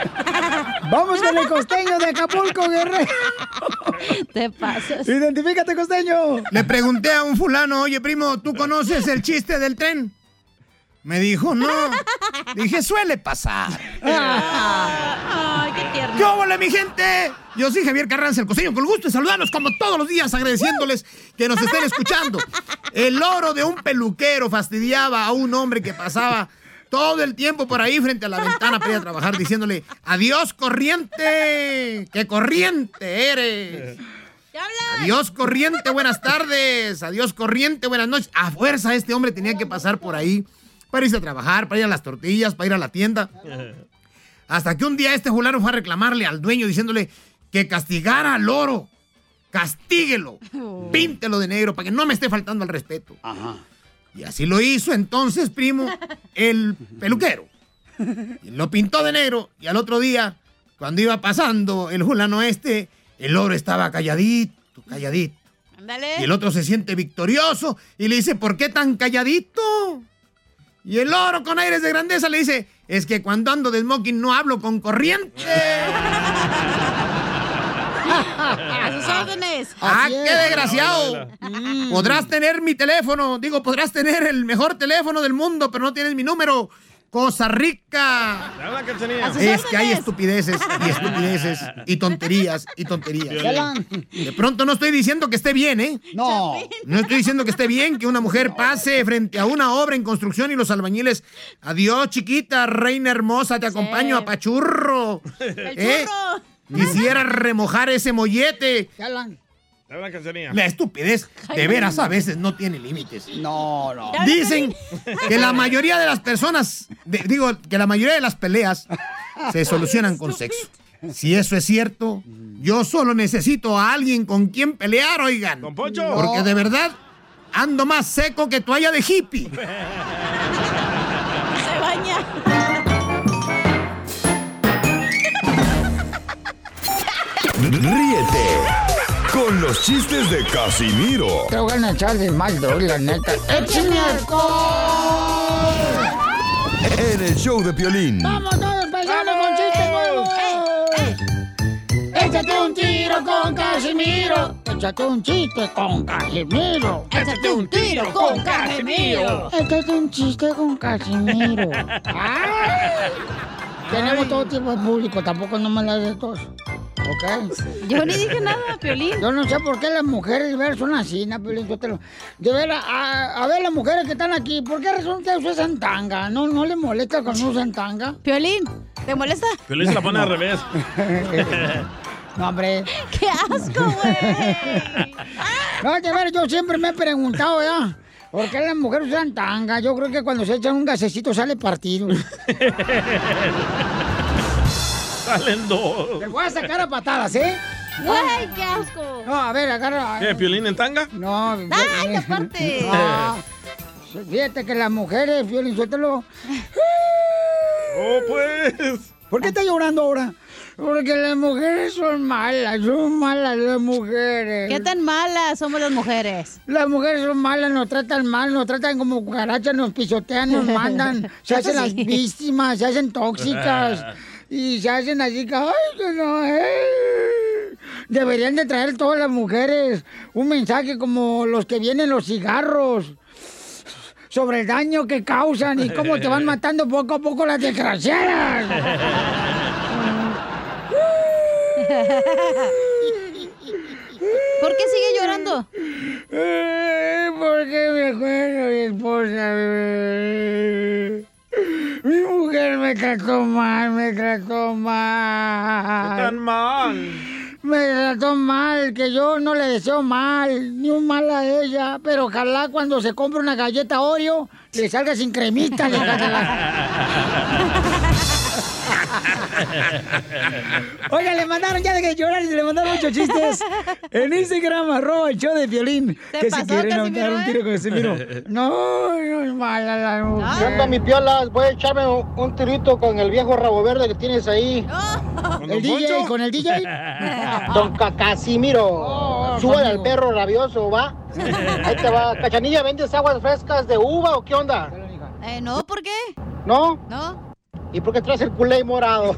S5: Vamos con el costeño de Acapulco, Guerrero.
S10: Te pasas.
S5: Identifícate, costeño.
S15: Le pregunté a un fulano, oye, primo, ¿tú conoces el chiste del tren? Me dijo, no. Dije, suele pasar.
S10: Ay, qué tierno.
S15: ¿Qué óvole, mi gente? Yo soy Javier Carranza, el costeño, con el gusto de saludarlos como todos los días, agradeciéndoles que nos estén escuchando. El loro de un peluquero fastidiaba a un hombre que pasaba todo el tiempo por ahí frente a la ventana para ir a trabajar, diciéndole, adiós, corriente, qué corriente eres. Adiós, corriente, buenas tardes. Adiós, corriente, buenas noches. A fuerza este hombre tenía que pasar por ahí para irse a trabajar, para ir a las tortillas, para ir a la tienda. Hasta que un día este fulano fue a reclamarle al dueño diciéndole que castigara al loro. Castíguelo. Píntelo de negro para que no me esté faltando al respeto. Ajá. Y así lo hizo entonces, primo, el peluquero. Y lo pintó de negro y al otro día, cuando iba pasando el fulano el loro estaba calladito, calladito.
S10: Ándale.
S15: Y el otro se siente victorioso y le dice, ¿por qué tan calladito? Y el loro con aires de grandeza le dice, es que cuando ando de smoking no hablo con corriente.
S10: A sus órdenes.
S15: ¡Ah, qué desgraciado! Podrás tener mi teléfono, podrás tener el mejor teléfono del mundo, pero no tienes mi número. ¡Cosa rica! Es que hay estupideces y tonterías y tonterías. De pronto no estoy diciendo que esté bien, ¿eh?
S5: No.
S15: No estoy diciendo que esté bien que una mujer pase frente a una obra en construcción y los albañiles, adiós, chiquita, reina hermosa, te acompaño a Pachurro.
S10: El churro.
S15: Quisiera remojar ese mollete. La estupidez, de veras, a veces no tiene límites.
S5: No.
S15: Dicen que la mayoría de las personas, que la mayoría de las peleas se solucionan con sexo. Si eso es cierto, yo solo necesito a alguien con quien pelear, oigan.
S8: Don Poncho.
S15: Porque de verdad ando más seco que toalla de hippie.
S10: Se baña.
S3: Ríete con los chistes de Casimiro.
S5: Te voy a echar de mal, la neta. ¡Échame alcohol!
S3: En el show de Piolín.
S5: ¡Vamos todos, paisanos, con chistes nuevos! ¡Échate un tiro con Casimiro! ¡Échate un chiste con Casimiro!
S10: ¡Échate un tiro con Casimiro!
S5: ¡Échate un chiste con Casimiro! ¡Ay! Tenemos todo tipo de público, tampoco no me las de todos. ¿Ok?
S10: Yo ni dije nada, Piolín.
S5: Yo no sé por qué las mujeres, de veras, son así, ¿no, Piolín? De veras, a ver, las mujeres que están aquí, ¿por qué resulta que usan tanga? ¿No les molesta cuando usan tanga?
S10: Piolín, ¿te molesta?
S8: Piolín se la pone al revés.
S5: No, hombre.
S10: ¡Qué asco, güey!
S5: No, de veras, yo siempre me he preguntado, ¿ya? ¿Por qué las mujeres usan tanga? Yo creo que cuando se echan un gasecito sale partido.
S8: Salen dos.
S5: Te voy a sacar a patadas, ¿eh?
S10: ¡Güey, qué asco!
S5: No, a ver, agarra.
S8: ¿Qué, Piolín en tanga?
S5: No.
S10: ¡Ay, aparte!
S5: Fíjate que las mujeres, Piolín, suéltalo.
S8: ¡Oh, pues!
S5: ¿Por qué está llorando ahora? Porque las mujeres son malas las mujeres.
S10: ¿Qué tan malas somos las mujeres?
S5: Las mujeres son malas, nos tratan mal, nos tratan como cucarachas, nos pisotean, nos mandan, se hacen las víctimas, se hacen tóxicas y se hacen así que, ay, que no, Deberían de traer todas las mujeres un mensaje como los que vienen los cigarros sobre el daño que causan y cómo te van matando poco a poco las desgraciadas.
S10: ¿Por qué sigue llorando?
S5: Porque me acuerdo de mi esposa. Mi mujer me trató mal.
S8: ¿Qué tan mal?
S5: Me trató mal, que yo no le deseo mal, ni un mal a ella, pero ojalá cuando se compre una galleta Oreo le salga sin cremita. Oiga, le mandaron ya de que llorar y le mandaron muchos chistes en Instagram, @el show de Piolín. Que si quieren dar un tiro con Casimiro. No es mala la mujer.
S16: ¿Qué onda, mi piolas? Voy a echarme un tirito con el viejo rabo verde que tienes ahí.
S5: ¿El DJ? ¿Con el DJ?
S16: Don Casimiro. Súbale al perro rabioso, ¿va? Ahí te va. Cachanilla, ¿vendes aguas frescas de uva o qué onda?
S10: No, ¿por qué?
S16: ¿No?
S10: No.
S16: ¿Y por qué traes el culé morado?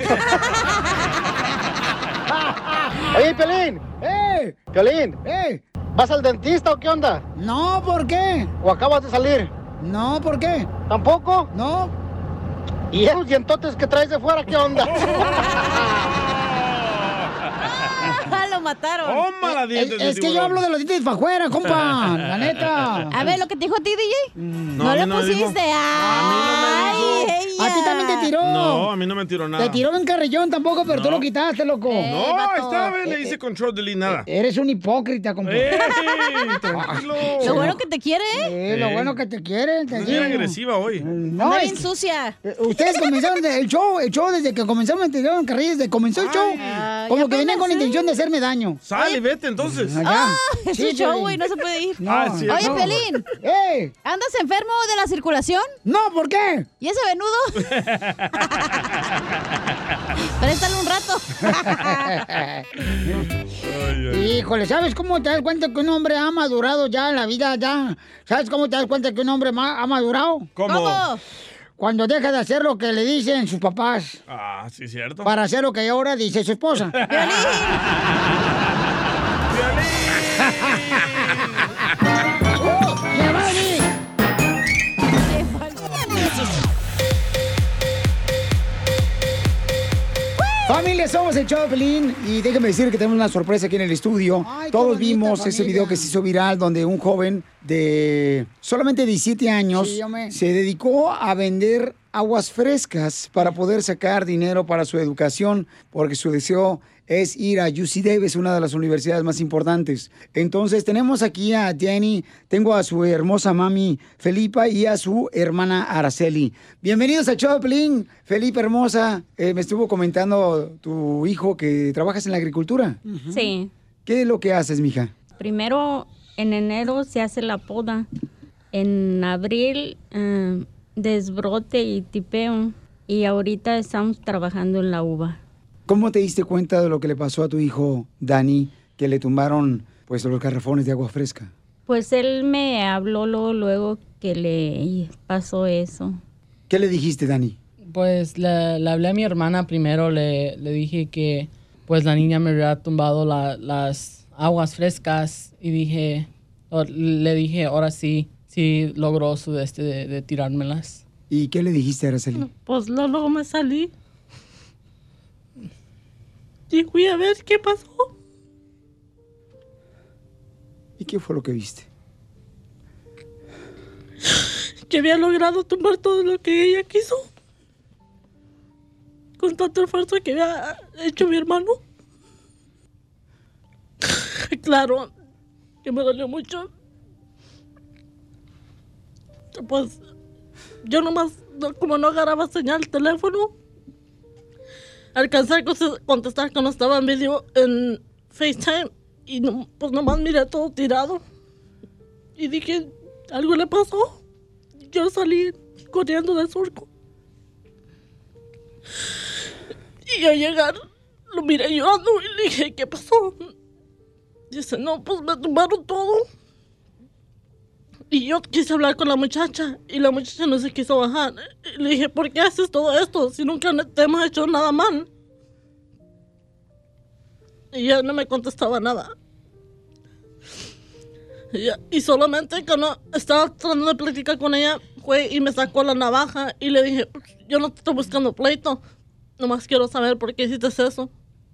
S16: Oye, Piolín. Piolín. ¿Vas al dentista o qué onda?
S5: No, ¿por qué?
S16: ¿O acabas de salir?
S5: No, ¿por qué?
S16: ¿Tampoco?
S5: No.
S16: ¿Y esos dientotes que traes de fuera qué onda?
S10: Lo mataron.
S8: ¡Tómala, dientes de
S5: Es que yo hablo de los dientes para afuera, compa. La neta.
S10: A ver, ¿lo que te dijo a ti, DJ? No le
S8: a mí no me
S10: pusiste.
S8: dijo. A mí no me dijo.
S5: A ti también te tiró.
S8: No, a mí no me tiró nada.
S5: Te tiró en carrillón tampoco, pero tú lo quitaste, loco.
S8: No, ahí estaba, le hice control delete nada.
S5: Eres un hipócrita, compa.
S8: Tranquilo.
S10: Lo bueno que te quiere, ¿eh?
S5: Lo bueno que te quiere.
S8: Es bien agresiva hoy.
S5: No,
S10: bien sucia.
S5: Ustedes comenzaron el show desde que comenzaron a tirar en carrillos, desde que comenzó el show. Como que venían con la intención de hacerme daño.
S8: Sale, vete entonces.
S10: Es un show, güey, no se puede ir.
S5: No.
S10: Oye, Pelín. ¿Andas enfermo de la circulación?
S5: No, ¿por qué?
S10: ¿Y ese venudo? Préstale un rato.
S5: Híjole, ¿sabes cómo te das cuenta que un hombre ha madurado ya en la vida? Ya. ¿Sabes cómo te das cuenta que un hombre ha madurado?
S8: ¿Cómo?
S5: Cuando deja de hacer lo que le dicen sus papás.
S8: Ah, sí, cierto.
S5: Para hacer lo que ahora dice su esposa. Familia, somos el show de Pelín y déjenme decir que tenemos una sorpresa aquí en el estudio. Todos vimos ese video que se hizo viral donde un joven de solamente 17 años se dedicó a vender aguas frescas para poder sacar dinero para su educación, porque su deseo es ir a UC Davis, una de las universidades más importantes. Entonces tenemos aquí a Danny, tengo a su hermosa mami Felipa y a su hermana Araceli. Bienvenidos al show de Pelín. Felipa, hermosa, me estuvo comentando tu hijo que trabajas en la agricultura.
S22: Sí.
S5: ¿Qué es lo que haces, mija?
S22: Primero, en enero se hace la poda. En abril, desbrote y tipeo. Y ahorita estamos trabajando en la uva.
S5: ¿Cómo te diste cuenta de lo que le pasó a tu hijo, Dani, que le tumbaron pues los garrafones de agua fresca?
S22: Pues él me habló luego que le pasó eso.
S5: ¿Qué le dijiste, Dani?
S23: Pues le hablé a mi hermana primero, le dije que pues la niña me había tumbado las aguas frescas y le dije, ahora sí logró su de tirármelas.
S5: ¿Y qué le dijiste, Araceli?
S22: Pues luego me salí.
S21: Y fui a ver qué pasó.
S5: ¿Y qué fue lo que viste?
S21: Que había logrado tumbar todo lo que ella quiso. Con tanto esfuerzo que había hecho mi hermano. Claro, que me dolió mucho. Pues yo nomás, como no agarraba señal el teléfono, alcancé a contestar cuando estaba en video en FaceTime y pues nomás miré todo tirado. Y dije, algo le pasó. Yo salí corriendo del surco. Y al llegar, lo miré llorando y le dije, ¿qué pasó? Dice, no, pues me tumbaron todo. Y yo quise hablar con la muchacha y la muchacha no se quiso bajar. Y le dije, ¿por qué haces todo esto si nunca te hemos hecho nada mal? Y ella no me contestaba nada. Y solamente cuando estaba tratando de platicar con ella, fue y me sacó la navaja y le dije, yo no te estoy buscando pleito, nomás quiero saber por qué hiciste eso.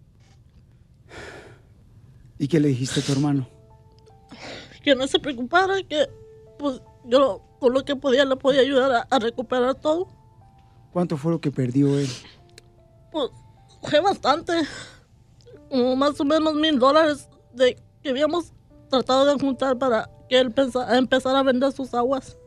S5: ¿Y qué le dijiste a tu hermano?
S21: Que no se preocupara, que pues yo con lo que podía le podía ayudar a recuperar todo.
S5: ¿Cuánto fue lo que perdió él?
S21: Pues fue bastante, como más o menos $1,000 de que habíamos tratado de juntar para que él empezara a vender sus aguas.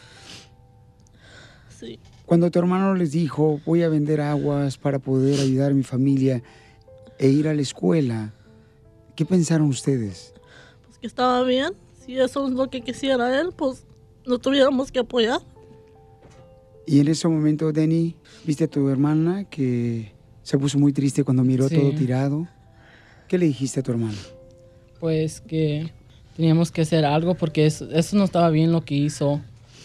S21: Sí.
S5: Cuando tu hermano les dijo, voy a vender aguas para poder ayudar a mi familia e ir a la escuela, ¿qué pensaron ustedes?
S21: Pues que estaba bien. Si eso es lo que quisiera él, pues no tuviéramos que apoyar.
S5: Y en ese momento, Denny, ¿viste a tu hermana que se puso muy triste cuando miró todo tirado? ¿Qué le dijiste a tu hermano?
S23: Pues que teníamos que hacer algo porque eso no estaba bien lo que hizo.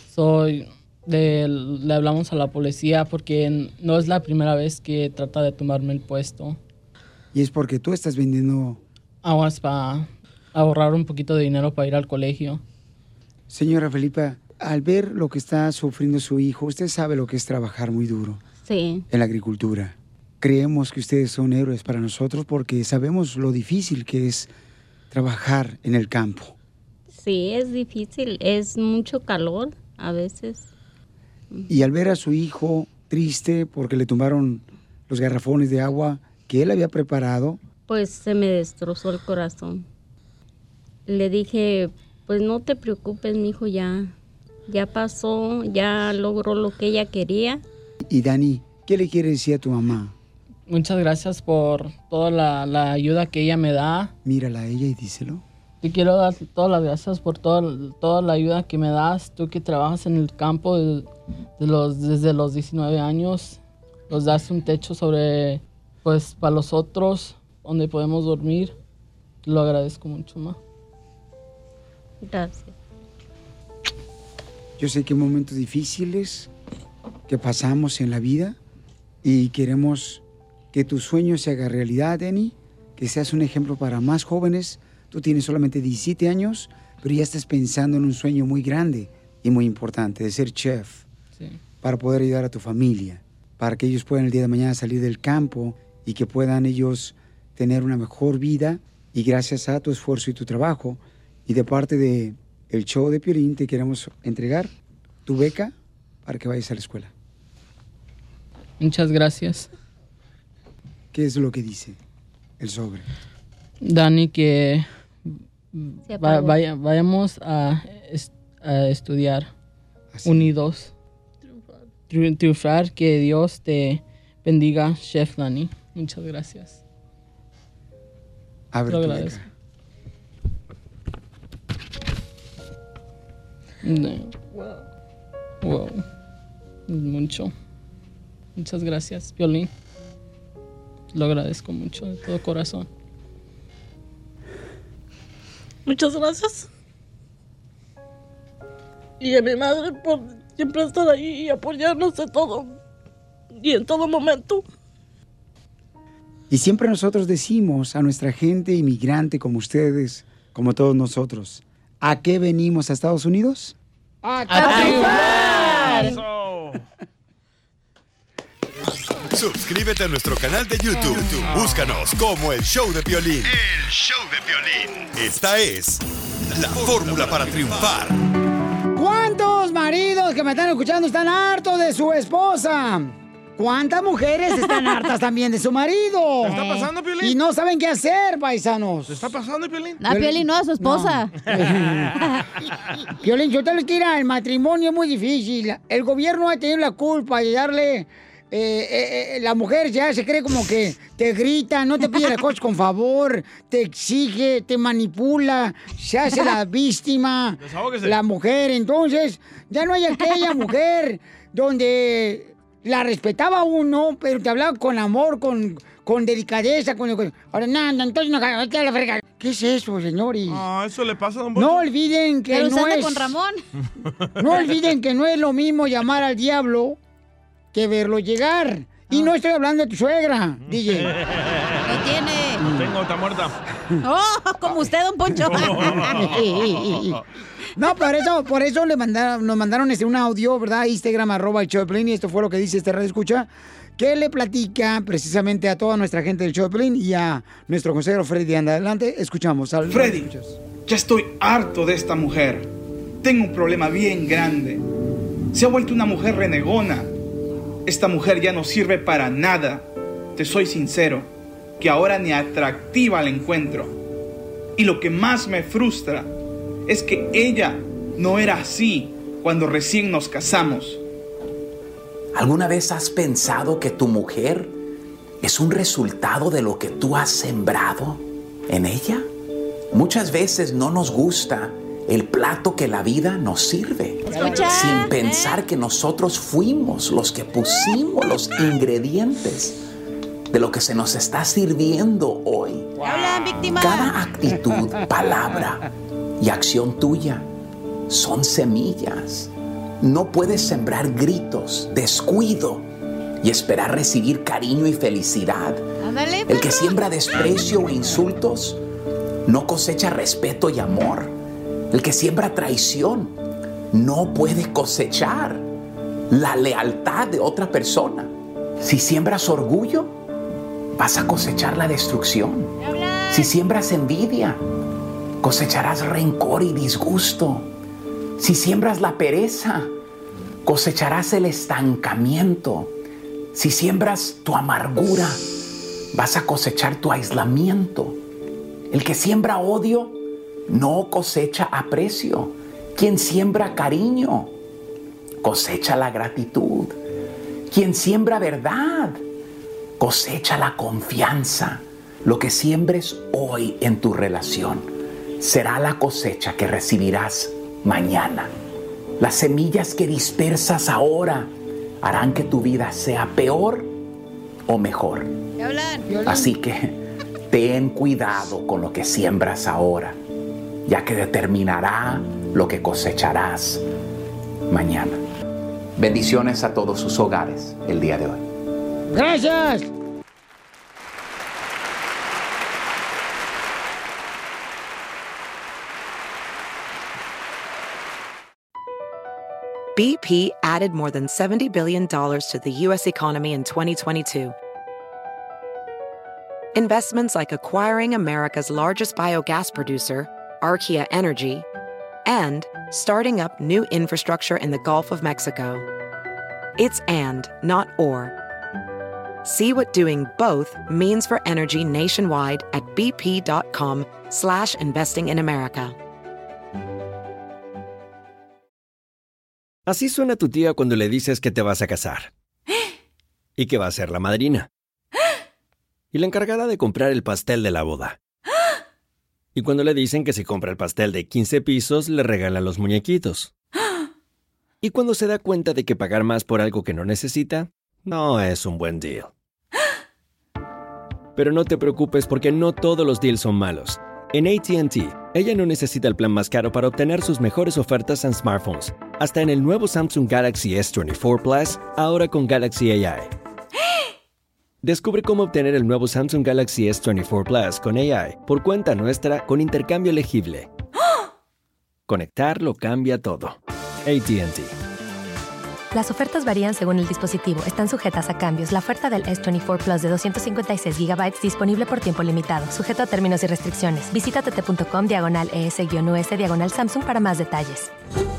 S23: Le hablamos a la policía porque no es la primera vez que trata de tomarme el puesto.
S5: Y es porque tú estás vendiendo
S23: aguas para ahorrar un poquito de dinero para ir al colegio.
S5: Señora Felipa, al ver lo que está sufriendo su hijo, usted sabe lo que es trabajar muy duro.
S22: Sí.
S5: En la agricultura. Creemos que ustedes son héroes para nosotros porque sabemos lo difícil que es trabajar en el campo.
S22: Sí, es difícil, es mucho calor a veces.
S5: Y al ver a su hijo triste porque le tumbaron los garrafones de agua que él había preparado,
S22: pues se me destrozó el corazón. Le dije, pues no te preocupes, mijo, ya pasó, ya logró lo que ella quería.
S5: Y Dani, ¿qué le quiere decir a tu mamá?
S23: Muchas gracias por toda la ayuda que ella me da.
S5: Mírala a ella y díselo.
S23: Te quiero dar todas las gracias por toda la ayuda que me das. Tú que trabajas en el campo desde los 19 años, nos das un techo para los otros, donde podemos dormir. Te lo agradezco mucho, ma.
S22: Gracias.
S5: Yo sé que hay momentos difíciles que pasamos en la vida y queremos que tu sueño se haga realidad, Denny, que seas un ejemplo para más jóvenes. Tú tienes solamente 17 años, pero ya estás pensando en un sueño muy grande y muy importante, de ser chef, para poder ayudar a tu familia, para que ellos puedan el día de mañana salir del campo y que puedan ellos tener una mejor vida, y gracias a tu esfuerzo y tu trabajo. Y de parte de el show de Piolín te queremos entregar tu beca para que vayas a la escuela.
S23: Muchas gracias.
S5: ¿Qué es lo que dice el sobre?
S23: Dani, que vayamos a estudiar unidos. Triunfar, que Dios te bendiga, Chef Dani. Muchas gracias.
S5: Abre tu beca.
S23: Wow. Mucho. Muchas gracias, Piolín. Lo agradezco mucho de todo corazón.
S21: Muchas gracias. Y a mi madre por siempre estar ahí y apoyarnos de todo y en todo momento.
S5: Y siempre nosotros decimos a nuestra gente inmigrante como ustedes, como todos nosotros, ¿a qué venimos a Estados Unidos?
S21: ¡A triunfar!
S3: Suscríbete a nuestro canal de YouTube. Búscanos como El Show de Piolín. El Show de Piolín. Esta es la fórmula para triunfar.
S5: ¿Cuántos maridos que me están escuchando están hartos de su esposa? ¿Cuántas mujeres están hartas también de su marido?
S8: ¿Qué está pasando, Piolín?
S5: Y no saben qué hacer, paisanos.
S8: ¿Qué está pasando, Piolín?
S10: A Piolín no, a su esposa.
S5: Piolín, yo te lo quiero, el matrimonio es muy difícil. El gobierno ha tenido la culpa de darle... la mujer ya se cree como que te grita, no te pide las cosas con favor, te exige, te manipula, se hace la víctima.
S8: Desahógese.
S5: La mujer. Entonces, ya no hay aquella mujer donde la respetaba uno, pero te hablaba con amor, con delicadeza. Ahora, nada, entonces no, vete a la fregada. ¿Qué es eso, señores?
S8: Eso le pasa a don Poncho.
S5: No olviden que
S10: Pero
S5: no
S10: se anda
S5: es...
S10: con Ramón.
S5: No olviden que no es lo mismo llamar al diablo que verlo llegar. Y no estoy hablando de tu suegra, DJ.
S10: Lo tiene.
S8: Tengo, está muerta.
S10: Oh, como usted, don Poncho.
S5: No, por eso nos mandaron un audio, ¿verdad? Instagram, @el_show_de_Piolín, y esto fue lo que dice radio escucha, que le platica precisamente a toda nuestra gente del show de Piolín y a nuestro consejero Freddy. Anda adelante, escuchamos al
S1: Freddy, ya estoy harto de esta mujer. Tengo un problema bien grande. Se ha vuelto una mujer renegona. Esta mujer ya no sirve para nada. Te soy sincero, que ahora ni atractiva la encuentro. Y lo que más me frustra es que ella no era así cuando recién nos casamos.
S6: ¿Alguna vez has pensado que tu mujer es un resultado de lo que tú has sembrado en ella? Muchas veces no nos gusta el plato que la vida nos sirve, sin pensar que nosotros fuimos los que pusimos los ingredientes de lo que se nos está sirviendo hoy.
S10: Habla, víctima.
S6: Cada actitud, palabra y acción tuya son semillas. No puedes sembrar gritos, descuido y esperar recibir cariño y felicidad.
S10: Ándale,
S6: El que siembra desprecio e insultos no cosecha respeto y amor. El que siembra traición no puede cosechar la lealtad de otra persona. Si siembras orgullo, vas a cosechar la destrucción. Si siembras envidia, cosecharás rencor y disgusto. Si siembras la pereza, cosecharás el estancamiento. Si siembras tu amargura, vas a cosechar tu aislamiento. El que siembra odio no cosecha aprecio. Quien siembra cariño, cosecha la gratitud. Quien siembra verdad, cosecha la confianza. Lo que siembres hoy en tu relación será la cosecha que recibirás mañana. Las semillas que dispersas ahora harán que tu vida sea peor o mejor. Así que ten cuidado con lo que siembras ahora, ya que determinará lo que cosecharás mañana. Bendiciones a todos sus hogares el día de hoy.
S5: ¡Gracias!
S9: BP added more than $70 billion to the U.S. economy in 2022. Investments like acquiring America's largest biogas producer, Archaea Energy, and starting up new infrastructure in the Gulf of Mexico. It's and, not or. See what doing both means for energy nationwide at bp.com/investing in America.
S17: Así suena tu tía cuando le dices que te vas a casar. Y que va a ser la madrina. Y la encargada de comprar el pastel de la boda. Y cuando le dicen que si compra el pastel de 15 pisos, le regalan los muñequitos. Y cuando se da cuenta de que pagar más por algo que no necesita, no es un buen deal. Pero no te preocupes porque no todos los deals son malos. En AT&T, ella no necesita el plan más caro para obtener sus mejores ofertas en smartphones. Hasta en el nuevo Samsung Galaxy S24 Plus, ahora con Galaxy AI. Descubre cómo obtener el nuevo Samsung Galaxy S24 Plus con AI por cuenta nuestra con intercambio elegible. Conectar lo cambia todo. AT&T.
S2: Las ofertas varían según el dispositivo. Están sujetas a cambios. La oferta del S24 Plus de 256 GB disponible por tiempo limitado. Sujeto a términos y restricciones. Visita tt.com/ES-US/Samsung para más detalles.